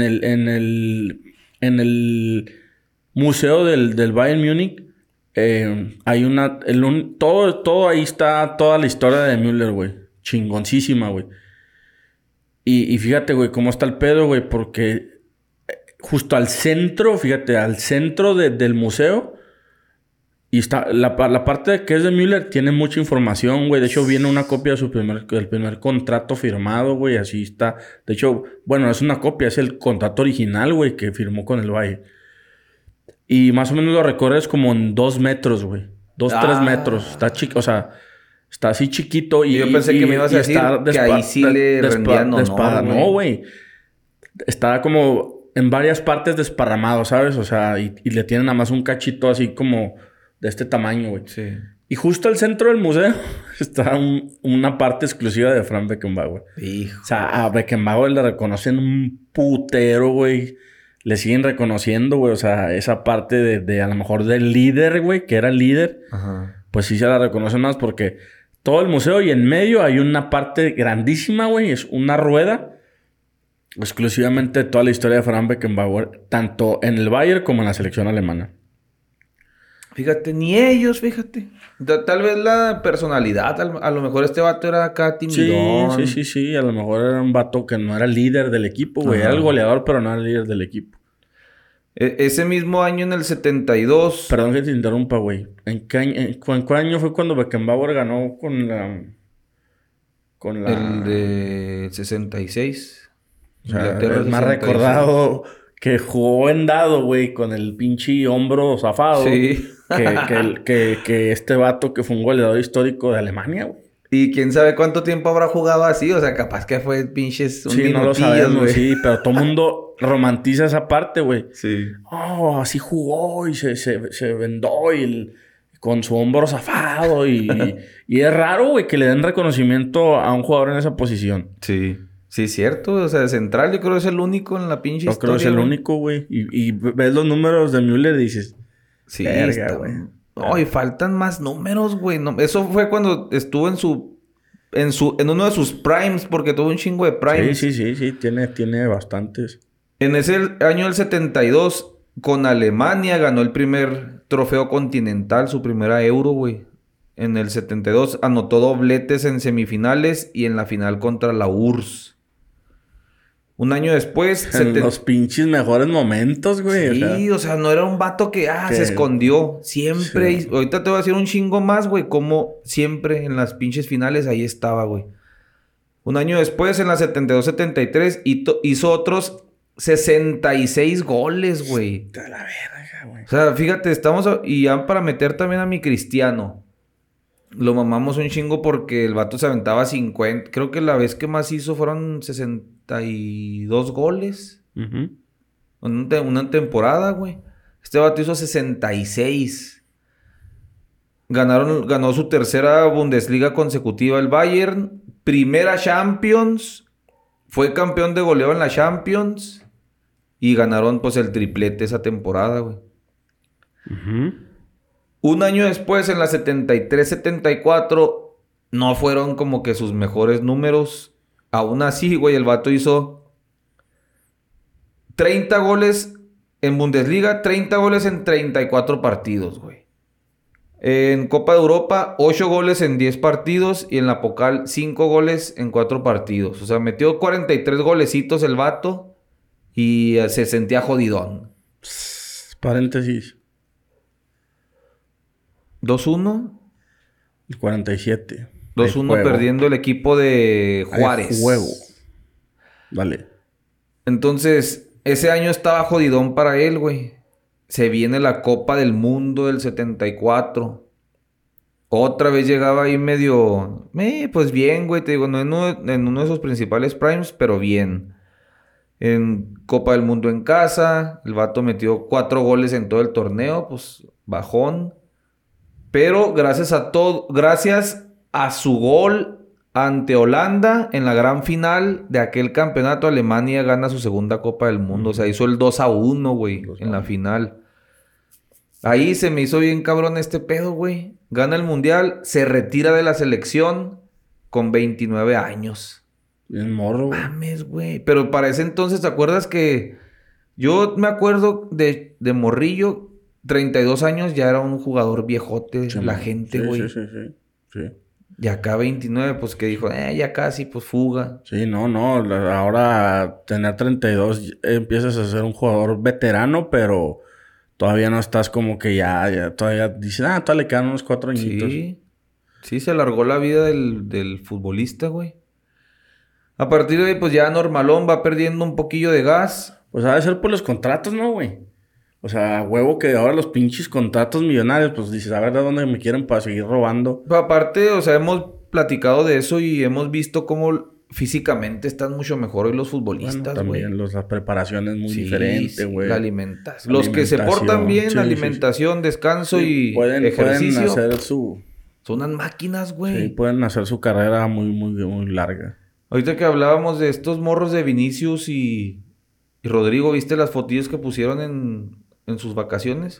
el museo del Bayern Múnich hay todo ahí está toda la historia de Müller, güey. Chingoncísima, güey. Y fíjate, güey, cómo está el pedo, güey. Porque justo al centro, fíjate, al centro del museo... Y está... La parte que es de Müller tiene mucha información, güey. De hecho, viene una copia de del primer contrato firmado, güey. Así está. De hecho, bueno, es una copia. Es el contrato original, güey, que firmó con el Bayern. Y más o menos lo recorres como en 2 metros, güey. 3 metros. Está chico, o sea... Está así chiquito y... Yo pensé que me ibas a decir que ahí sí le rendían honor, no, güey. Está como en varias partes desparramado, ¿sabes? O sea, y le tienen nada más un cachito así como... de este tamaño, güey. Sí. Y justo al centro del museo está una parte exclusiva de Franz Beckenbauer. Hijo. O sea, a Beckenbauer le reconocen un putero, güey. Le siguen reconociendo, güey. O sea, esa parte de a lo mejor del líder, güey. Que era el líder. Ajá. Pues sí se la reconocen más porque... todo el museo y en medio hay una parte grandísima, güey. Es una rueda. Exclusivamente de toda la historia de Franz Beckenbauer. Tanto en el Bayern como en la selección alemana. Fíjate, ni ellos, fíjate. Tal vez la personalidad, a lo mejor este vato era acá timidón. Sí. A lo mejor era un vato que no era líder del equipo, güey. Era el goleador, pero no era el líder del equipo. Ese mismo año, en el 72... Perdón que te interrumpa, güey. ¿En qué año fue cuando Beckenbauer ganó con la... El de 66. O sea, es más recordado... que jugó en dado, güey, con el pinche hombro zafado. Sí. que este vato que fue un goleador histórico de Alemania, güey. Y quién sabe cuánto tiempo habrá jugado así. O sea, capaz que fue pinches un no lo sabemos, güey. Sí, pero todo el mundo romantiza esa parte, güey. Sí. Oh, así jugó y se vendó y con su hombro zafado. Y es raro, güey, que le den reconocimiento a un jugador en esa posición. Sí. Sí, cierto. O sea, de central yo creo que es el único en la pinche historia. Yo creo que es el único, güey. Y ves los números de Müller y dices... sí, verga, güey. No, y faltan más números, güey. No, eso fue cuando estuvo en uno de sus primes, porque tuvo un chingo de primes. Sí. Tiene bastantes. En ese año del 72, con Alemania ganó el primer trofeo continental, su primera Euro, güey. En el 72 anotó dobletes en semifinales y en la final contra la URSS. Un año después... En los pinches mejores momentos, güey. Sí, o sea, no era un vato que se escondió. Siempre... Sí. Ahorita te voy a decir un chingo más, güey. Como siempre en las pinches finales ahí estaba, güey. Un año después, en la 72-73, hizo otros 66 goles, güey. De la verga, güey. O sea, fíjate, y ya para meter también a mi Cristiano. Lo mamamos un chingo porque el vato se aventaba 50. Creo que la vez que más hizo fueron 62 goles. Uh-huh. En una temporada, güey. Este vato hizo 66. Ganó su tercera Bundesliga consecutiva el Bayern. Primera Champions. Fue campeón de goleo en la Champions. Y ganaron pues el triplete esa temporada, güey. Uh-huh. Un año después, en la 73-74, no fueron como que sus mejores números. Aún así, güey, el vato hizo 30 goles en Bundesliga, 30 goles en 34 partidos, güey. En Copa de Europa, 8 goles en 10 partidos. Y en la Pokal, 5 goles en 4 partidos. O sea, metió 43 golecitos el vato. Y se sentía jodidón. Paréntesis. 2-1. El 47. 2-1 perdiendo el equipo de Juárez. Juego. Vale. Entonces, ese año estaba jodidón para él, güey. Se viene la Copa del Mundo del 74. Otra vez llegaba ahí medio... pues bien, güey. Te digo, no en uno de sus principales primes, pero bien. En Copa del Mundo en casa. El vato metió 4 goles en todo el torneo. Pues, bajón. Pero gracias a su gol ante Holanda en la gran final de aquel campeonato. Alemania gana su segunda Copa del Mundo. O sea, hizo el 2-1, güey, en la final. Ahí se me hizo bien cabrón este pedo, güey. Gana el Mundial, se retira de la selección con 29 años. Bien morro, güey. Mames, güey. Pero para ese entonces, ¿te acuerdas que... Yo me acuerdo de morrillo, 32 años, ya era un jugador viejote, Sí, la gente, güey. Sí. Y acá 29, pues que dijo, ya casi, pues fuga. Sí, no. Ahora tener 32 empiezas a ser un jugador veterano, pero todavía no estás como que ya todavía dices, todavía le quedan unos 4 añitos. Sí, se alargó la vida del futbolista, güey. A partir de ahí, pues ya normalón va perdiendo un poquillo de gas. Pues ha de ser por los contratos, ¿no, güey? O sea, huevo que ahora los pinches contratos millonarios, pues dices, a ver de dónde me quieren para seguir robando. Pero aparte, o sea, hemos platicado de eso y hemos visto cómo físicamente están mucho mejor hoy los futbolistas, güey. También la preparación es muy diferente, güey. La alimentación. Los que se portan bien, alimentación, descanso y ejercicio. Pueden hacer su... Son unas máquinas, güey. Sí, pueden hacer su carrera muy, muy, muy larga. Ahorita que hablábamos de estos morros de Vinicius y Rodrigo, ¿viste las fotillos que pusieron en sus vacaciones?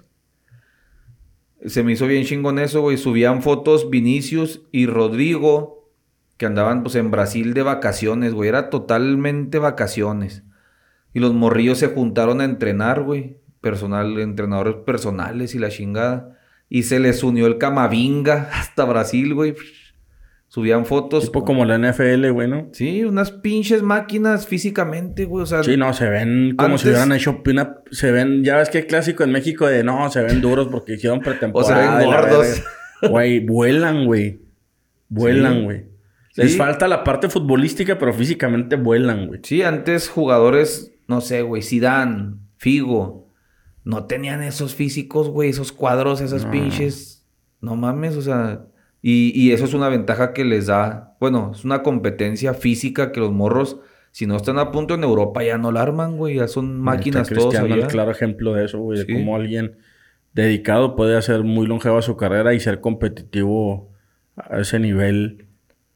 Se me hizo bien chingón eso, güey. Subían fotos Vinicius y Rodrigo que andaban pues en Brasil de vacaciones, güey. Era totalmente vacaciones. Y los morrillos se juntaron a entrenar, güey. Entrenadores personales y la chingada. Y se les unió el Camavinga hasta Brasil, güey. Subían fotos. Tipo como la NFL, güey, ¿no? Sí, unas pinches máquinas físicamente, güey. O sea, sí, no, se ven como si hubieran hecho se ven, ya ves que es clásico en México de no, se ven duros porque hicieron pretemporada. O se ven gordos. Güey, vuelan, güey. Vuelan, güey. Sí. Les falta la parte futbolística, pero físicamente vuelan, güey. Sí, antes jugadores, no sé, güey, Zidane, Figo, no tenían esos físicos, güey, esos cuadros, esas pinches. No mames, o sea. Y eso es una ventaja que les da. Bueno, es una competencia física que los morros, si no están a punto en Europa, ya no la arman, güey. Ya son máquinas todos allá. Cristiano es el claro ejemplo de eso, güey. Sí. De cómo alguien dedicado puede hacer muy longeva su carrera y ser competitivo a ese nivel.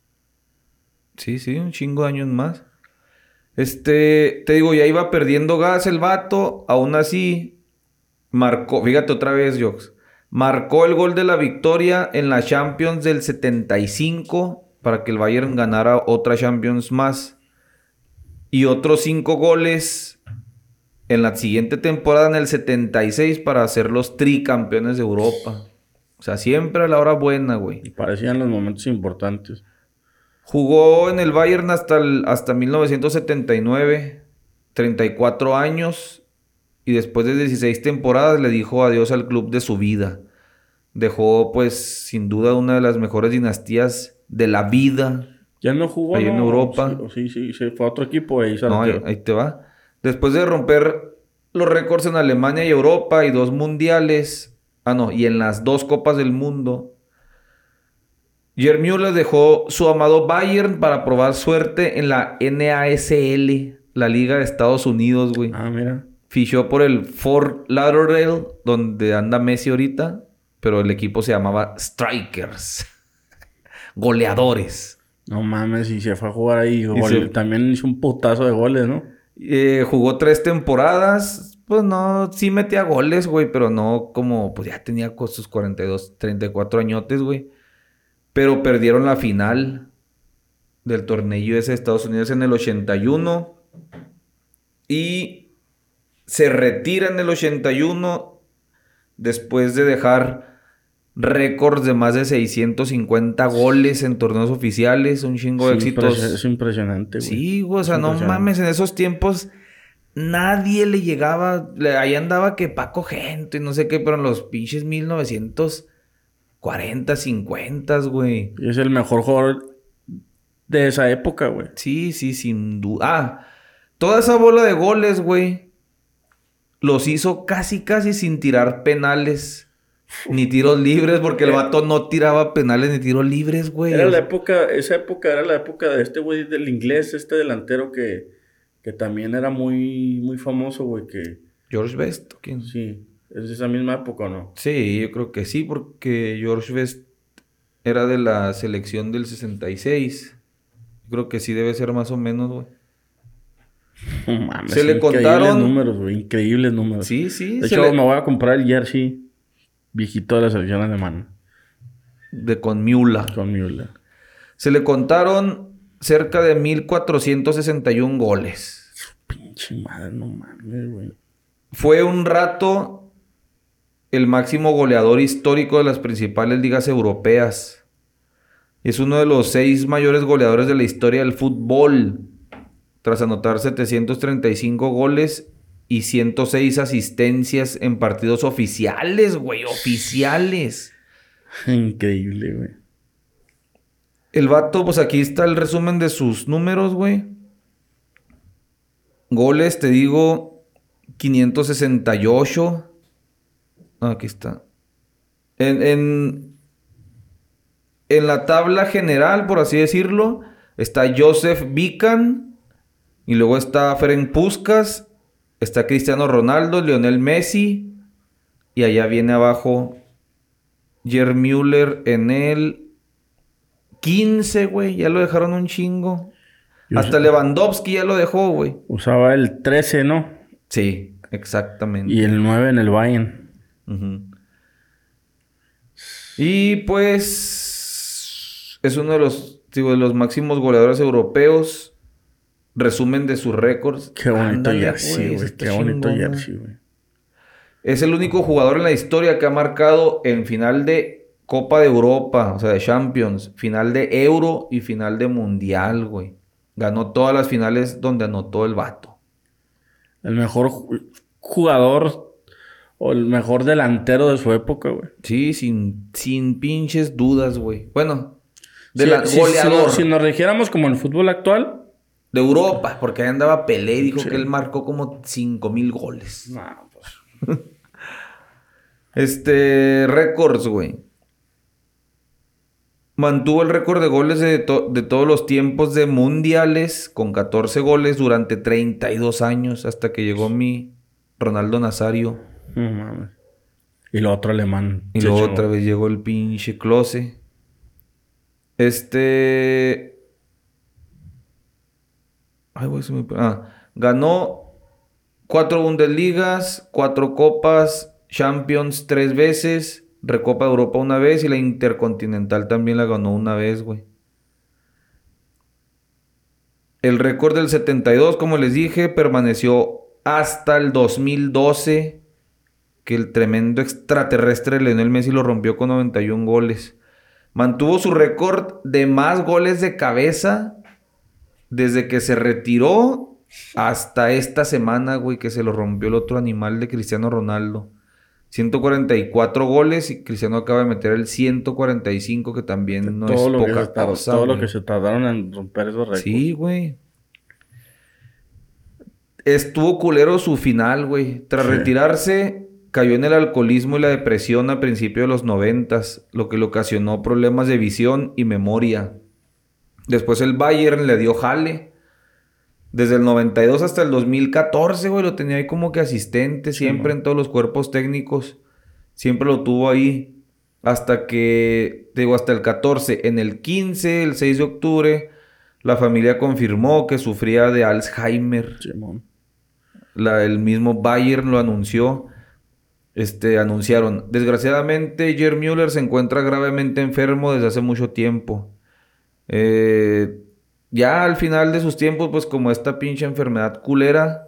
Sí, un chingo de años más. Te digo, ya iba perdiendo gas el vato. Aún así, marcó. Fíjate otra vez, Jox. Marcó el gol de la victoria en la Champions del 75 para que el Bayern ganara otra Champions más. Y otros 5 goles en la siguiente temporada en el 76 para ser los tricampeones de Europa. O sea, siempre a la hora buena, güey. Y parecían los momentos importantes. Jugó en el Bayern hasta 1979, 34 años. Y después de 16 temporadas le dijo adiós al club de su vida. Dejó, pues, sin duda una de las mejores dinastías de la vida. Ya no jugó ahí en Europa. Sí, fue a otro equipo. Ahí te va. Después de romper los récords en Alemania y Europa y 2 mundiales. Y en las 2 Copas del Mundo. Gerd Müller dejó su amado Bayern para probar suerte en la NASL, la Liga de Estados Unidos, güey. Mira. Fichó por el Fort Lauderdale, donde anda Messi ahorita, pero el equipo se llamaba Strikers. Goleadores. No mames, y se fue a jugar ahí. También hizo un putazo de goles, ¿no? Jugó 3 temporadas. Pues no, sí metía goles, güey, pero no como, pues ya tenía sus 42, 34 añotes, güey. Pero perdieron la final del torneo ese de Estados Unidos en el 81. Y se retira en el 81 después de dejar récords de más de 650 goles en torneos oficiales. Un chingo de éxitos. Es impresionante, güey. Sí, güey. O sea, no mames. En esos tiempos nadie le llegaba. Ahí andaba que Paco Gento y no sé qué. Pero en los pinches 1940, 50, güey. Y es el mejor jugador de esa época, güey. Sí, sin duda. Toda esa bola de goles, güey, los hizo casi sin tirar penales ni tiros libres, porque el vato no tiraba penales ni tiros libres, güey. Esa época era la época de este güey del inglés, este delantero que también era muy, muy famoso, güey, que... George Best, ¿quién? Sí, ¿es de esa misma época o no? Sí, yo creo que sí, porque George Best era de la selección del 66. Yo creo que sí debe ser más o menos, güey. No mames, Se le increíbles contaron... números, güey. Increíbles números. Sí, sí. De hecho, me voy a comprar el jersey viejito de la selección alemana. Con Müller. Con Müller. Se le contaron cerca de 1,461 goles. Pinche madre, no mames, güey. Fue un rato el máximo goleador histórico de las principales ligas europeas. Es uno de los 6 mayores goleadores de la historia del fútbol, tras anotar 735 goles y 106 asistencias en partidos oficiales, güey, oficiales. Increíble, güey. El vato, pues aquí está el resumen de sus números, güey. Goles, te digo, 568. Aquí está. En la tabla general, por así decirlo, está Josef Bican. Y luego está Ferenc Puskás. Está Cristiano Ronaldo, Lionel Messi. Y allá viene abajo Gerd Müller en el 15, güey. Ya lo dejaron un chingo. Hasta Lewandowski ya lo dejó, güey. Usaba el 13, ¿no? Sí, exactamente. Y el 9 en el Bayern. Uh-huh. Y pues... es uno de los máximos goleadores europeos. Resumen de sus récords. Qué bonito jersey, güey. Qué bonito jersey, güey. Es el único jugador en la historia que ha marcado en final de Copa de Europa, o sea, de Champions, final de Euro y final de Mundial, güey. Ganó todas las finales donde anotó el vato. El mejor jugador o el mejor delantero de su época, güey. Sí, sin pinches dudas, güey. Bueno, goleador. Si nos dijéramos como en el fútbol actual... De Europa, porque ahí andaba Pelé y dijo Sí. que él marcó como 5,000 goles. No, pues... Récords, güey. Mantuvo el récord de goles de todos los tiempos de mundiales con 14 goles durante 32 años hasta que llegó mi Ronaldo Nazario. No mames. Y lo otro alemán. Y luego otra vez llegó el pinche Klose. Ay, güey, ganó 4 Bundesligas, 4 Copas, Champions 3 veces, Recopa de Europa 1 vez y la Intercontinental también la ganó 1 vez, güey. El récord del 72, como les dije, permaneció hasta el 2012, que el tremendo extraterrestre Lionel Messi lo rompió con 91 goles. Mantuvo su récord de más goles de cabeza desde que se retiró hasta esta semana, güey, que se lo rompió el otro animal de Cristiano Ronaldo. 144 goles y Cristiano acaba de meter el 145, que también no es poca cosa. Todo lo que se tardaron en romper esos récords. Sí, güey. Estuvo culero su final, güey. Tras retirarse, cayó en el alcoholismo y la depresión a principios de los 90s, lo que le ocasionó problemas de visión y memoria. Después el Bayern le dio jale. Desde el 92 hasta el 2014, güey, lo tenía ahí como que asistente, siempre en todos los cuerpos técnicos. Siempre lo tuvo ahí. Hasta que, te digo, hasta el 14. En el 15, el 6 de octubre, la familia confirmó que sufría de Alzheimer. El mismo Bayern lo anunció. Anunciaron. Desgraciadamente, Gerd Müller se encuentra gravemente enfermo desde hace mucho tiempo. Ya al final de sus tiempos, pues como esta pinche enfermedad culera,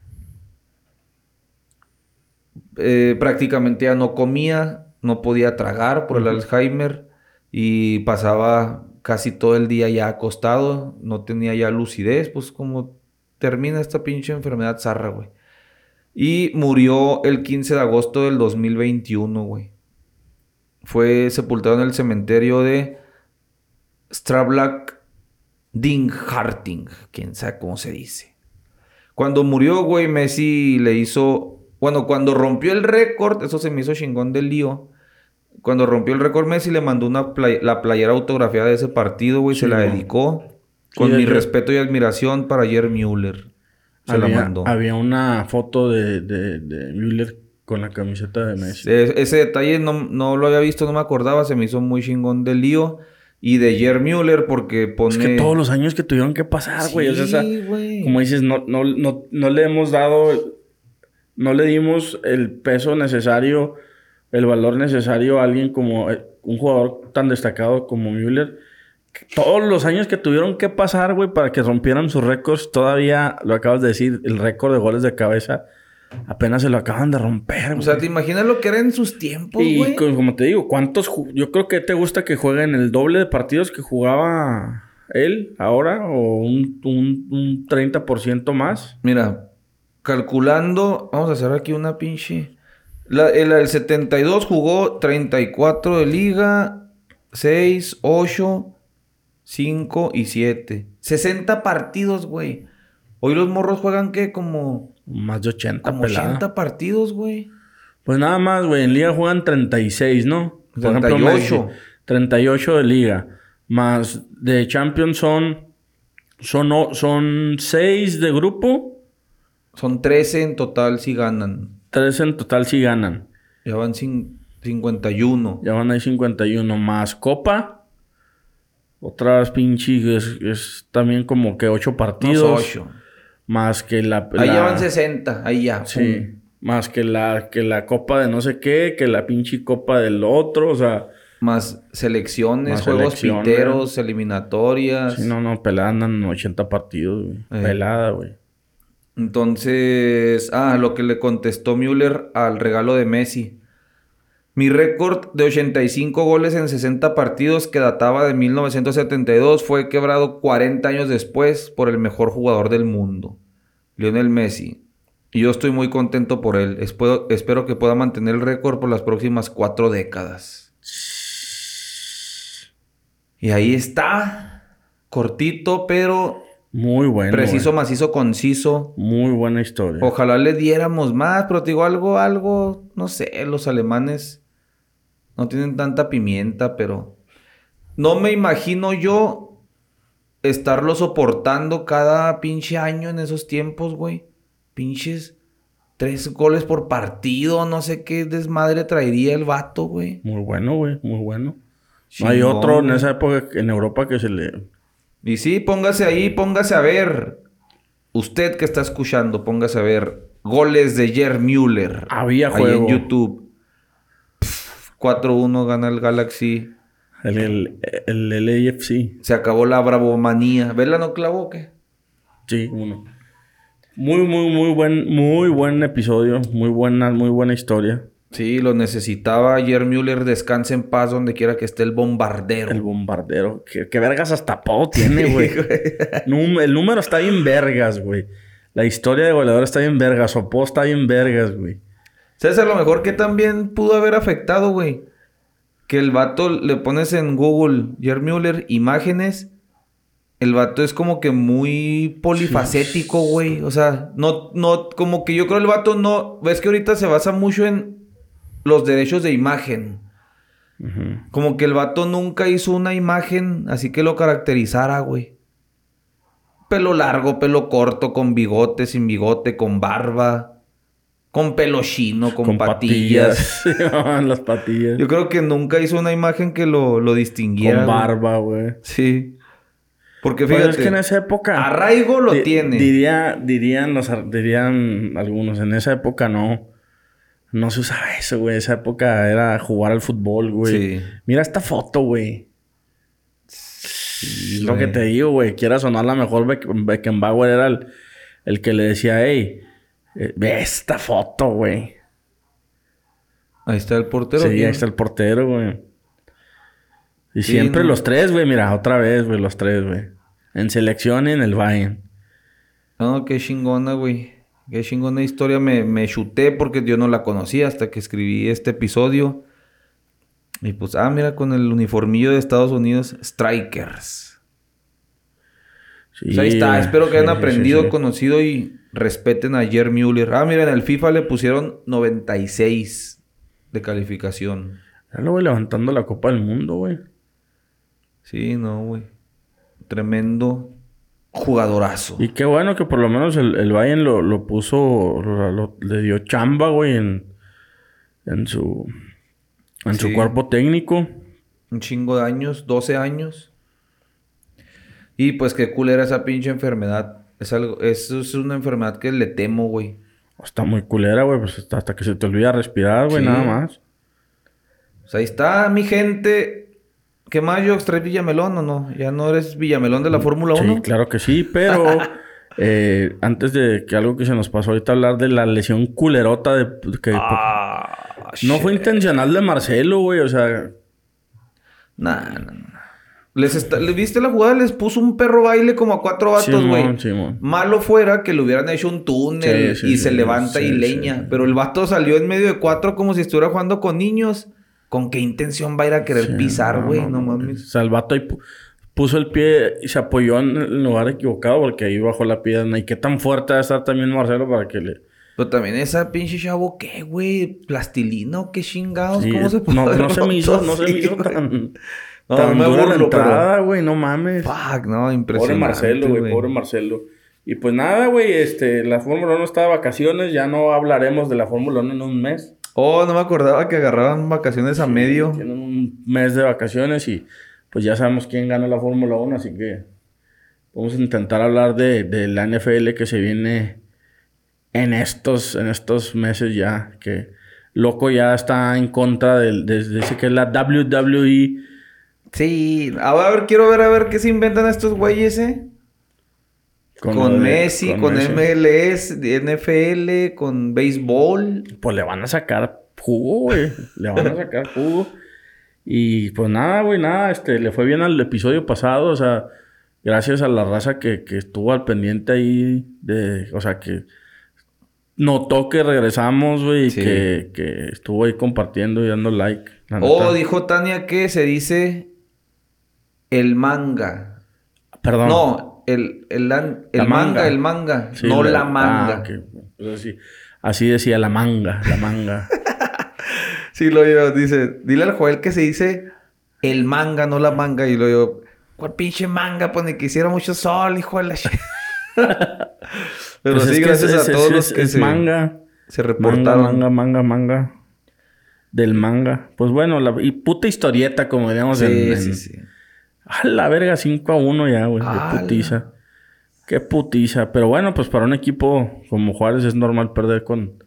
prácticamente ya no comía, no podía tragar por el Alzheimer y pasaba casi todo el día ya acostado, no tenía ya lucidez, pues como termina esta pinche enfermedad zarra, güey. Y murió el 15 de agosto del 2021, güey. Fue sepultado en el cementerio de Strablach Dingharting, quién sabe cómo se dice. Cuando murió, güey, Messi le hizo... Bueno, cuando rompió el récord, eso se me hizo chingón del lío. Cuando rompió el récord, Messi le mandó la playera autografiada de ese partido, güey, se la dedicó. Con mi respeto y admiración para Gerd Müller. Se la mandó. Había una foto de Müller con la camiseta de Messi. Ese detalle no lo había visto, no me acordaba, se me hizo muy chingón del lío. Y de Gerd Müller porque pone... Es que todos los años que tuvieron que pasar, güey. Sí, o sea, güey. como dices, no le hemos dado... No le dimos el peso necesario, el valor necesario a alguien como... un jugador tan destacado como Müller. Todos los años que tuvieron que pasar, güey, para que rompieran sus récords. Todavía, lo acabas de decir, el récord de goles de cabeza... Apenas se lo acaban de romper, güey. O sea, ¿te imaginas lo que era en sus tiempos, y güey? como te digo, yo creo que te gusta que jueguen el doble de partidos que jugaba él ahora o un 30% más. Mira, calculando, vamos a hacer aquí una pinche... el 72 jugó 34 de liga, 6, 8, 5 y 7. 60 partidos, güey. Hoy los morros juegan, ¿qué? Como Más de 80, como pelada. 80 partidos, güey. Pues nada más, güey. En liga juegan 36, ¿no? Por ejemplo, 38. 38 de liga. Más de Champions son 6 de grupo. Son 13 en total si ganan. 3 en total si ganan. Ya van 51. Ya van ahí 51. Más Copa. Otras pinches es también como que 8 partidos. No, 8. Más que Ahí ya van 60. Ahí ya. Sí. Pum. Más que la copa de no sé qué. Que la pinche copa del otro. O sea... Más selecciones, Más juegos selecciones. piteros, eliminatorias. Sí, no. Pelada andan 80 partidos, güey. Pelada, güey. Entonces... lo que le contestó Müller al regalo de Messi. Mi récord de 85 goles en 60 partidos que databa de 1972 fue quebrado 40 años después por el mejor jugador del mundo, Lionel Messi. Y yo estoy muy contento por él. Espero que pueda mantener el récord por las próximas 4 décadas. Y ahí está. Cortito, pero Muy bueno. preciso, güey. macizo, conciso. Muy buena historia. Ojalá le diéramos más, pero te digo algo, no sé, los alemanes no tienen tanta pimienta, pero no me imagino yo estarlo soportando cada pinche año en esos tiempos, güey. Pinches 3 goles por partido, no sé qué desmadre traería el vato, güey. Muy bueno, güey. Muy bueno. No Chingón, hay otro en güey. esa época en Europa que se le... Y sí, póngase ahí, póngase a ver. Usted que está escuchando, póngase a ver goles de Gerd Müller. Había ahí juego. en YouTube. 4-1 gana el Galaxy. El LAFC. Se acabó la bravomanía. ¿Vela no clavó o qué? Sí, uno. Muy buen episodio. Muy buena historia. Sí, lo necesitaba. Gerd Müller, descanse en paz donde quiera que esté el bombardero. El bombardero. ¿Qué vergas hasta apodo tiene, güey? El número está bien vergas, güey. La historia de goleador está bien vergas. Su apodo está bien vergas, güey. ¿Sabes a lo mejor que también pudo haber afectado, güey? Que el vato le pones en Google Gerd Müller imágenes. El vato es como que muy polifacético, güey. O sea, no, como que yo creo el vato no... Ves que ahorita se basa mucho en los derechos de imagen. Uh-huh. Como que el vato nunca hizo una imagen así que lo caracterizara, güey. Pelo largo, pelo corto, con bigote, sin bigote, con barba. Con pelo chino, con patillas. Las patillas. Yo creo que nunca hizo una imagen que lo distinguiera. Con barba, güey. Sí. Porque Pues fíjate, es que en esa época... arraigo lo tiene. Dirían algunos, en esa época no se usaba eso, güey. Esa época era jugar al fútbol, güey. Sí. Mira esta foto, güey. Sí, Lo que güey. te digo, güey. Quiera sonar la mejor, Beckenbauer era el que le decía, hey, ve esta foto, güey. Ahí está el portero. Sí, ¿quién? ahí está el portero, güey. Y Sí, siempre no. los tres, güey. Mira, otra vez, güey, los tres, güey. En selección y en el Bayern. No, qué chingona, güey. Qué chingona historia. Me chuté porque yo no la conocía hasta que escribí este episodio. Y pues, mira, con el uniformillo de Estados Unidos. Strikers. Sí, Pues ahí está. Espero que hayan aprendido, sí. conocido y respeten a Gerd Müller. Mira, en el FIFA le pusieron 96 de calificación. Ya lo voy levantando la Copa del Mundo, güey. Sí, no, güey. Tremendo jugadorazo. Y qué bueno que por lo menos el Bayern lo puso... le dio chamba, güey, en su Sí. cuerpo técnico. Un chingo de años, 12 años. Y pues qué culera esa pinche enfermedad. Eso es una enfermedad que le temo, güey. Está muy culera, güey. Pues hasta que se te olvida respirar, güey, Sí. nada más. O sea, ahí está mi gente. ¿Qué más, yo extrae Villamelón o no? ¿Ya no eres Villamelón de la Fórmula 1? Sí, claro que sí, pero... antes de que algo que se nos pasó ahorita hablar de la lesión culerota de... que no fue intencional de Marcelo, güey. O sea... Nah. ¿Les viste la jugada? Les puso un perro baile como a 4 vatos, güey. Simón. Malo fuera que le hubieran hecho un túnel y se levanta y leña. Sí. Pero el vato salió en medio de 4 como si estuviera jugando con niños. ¿Con qué intención va a ir a querer pisar, güey? No mames. O sea, el vato ahí puso el pie y se apoyó en el lugar equivocado porque ahí bajó la pierna. Y qué tan fuerte va a estar también Marcelo para que le... Pero también esa pinche chavo, ¿qué, güey? ¿Plastilina o qué chingados? Sí, ¿Cómo se puede no se me hizo así, tan... No, tan me dura la burlo, entrada, güey. No mames. Fuck, no, impresionante. Pobre Marcelo, güey. Pobre Marcelo. Y pues nada, güey. La Fórmula 1 está de vacaciones. Ya no hablaremos de la Fórmula 1 en un mes. Oh, no me acordaba que agarraban vacaciones a medio. Tienen un mes de vacaciones y pues ya sabemos quién gana la Fórmula 1. Así que vamos a intentar hablar de la NFL que se viene en estos meses ya. Que Loco ya está en contra dice que es la WWE. Sí, a ver, quiero ver a ver qué se inventan estos güeyes, Con Messi, con MLS, NFL, con béisbol. Pues le van a sacar jugo, güey. Le van a sacar jugo. Y pues nada, güey, nada. Le fue bien al episodio pasado. O sea, gracias a la raza que estuvo al pendiente ahí o sea, que notó que regresamos, güey. Sí. Y que estuvo ahí compartiendo y dando like. Dijo Tania que se dice el manga. Perdón. No, el manga. Sí, no la manga. Okay. Pues así decía la manga. Sí, dice, dile al Joel que se dice el manga, no la manga. Y luego, ¿cuál pinche manga? Pues ni que hiciera mucho sol, hijo de la Pero pues sí, gracias a todos los que se reportaron. Manga. Del manga. Pues bueno, y puta historieta, como diríamos sí. A la verga, 5-1 ya, güey. Qué putiza. Qué putiza. Pero bueno, pues para un equipo como Juárez es normal perder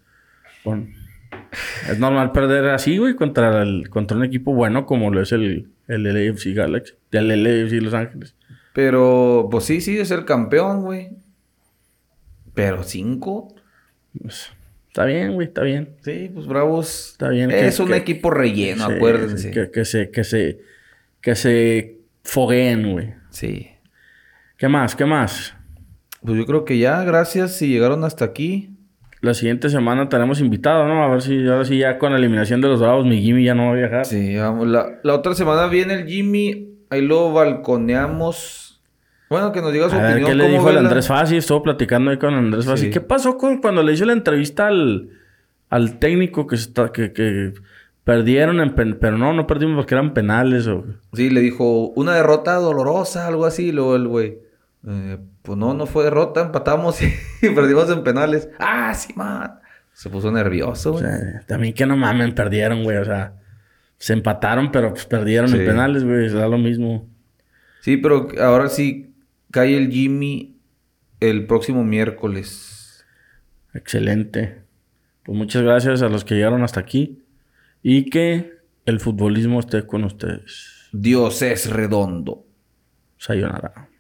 es normal perder así, güey, contra un equipo bueno como lo es el LAFC Galaxy. El LAFC Los Ángeles. Pero, pues sí, es el campeón, güey. Pero 5... Pues, está bien, güey, está bien. Sí, pues Bravos... Está bien. Es un equipo relleno, acuérdense. Que se fogueen, güey. Sí. ¿Qué más? Pues yo creo que ya, gracias si llegaron hasta aquí. La siguiente semana tenemos invitado, ¿no? A ver si ahora sí ya con la eliminación de los Bravos mi Jimmy ya no va a viajar. Sí, vamos. La otra semana viene el Jimmy. Ahí lo balconeamos. Bueno, que nos diga su opinión. ¿Qué le dijo el Andrés Fassi? Estuvo platicando ahí con Andrés Fassi. Sí. ¿Qué pasó cuando le hizo la entrevista al técnico que perdieron pero no perdimos porque eran penales o... Sí, le dijo una derrota dolorosa, algo así. Luego el güey, pues no fue derrota, empatamos y perdimos en penales. ¡Ah, sí, man! Se puso nervioso, güey. O sea, también que no mamen, perdieron, güey. O sea, se empataron, pero pues perdieron en penales, güey. Da lo mismo. Sí, pero ahora sí cae el Jimmy el próximo miércoles. Excelente. Pues muchas gracias a los que llegaron hasta aquí. Y que el futbolismo esté con ustedes. Dios es redondo. Sayonara.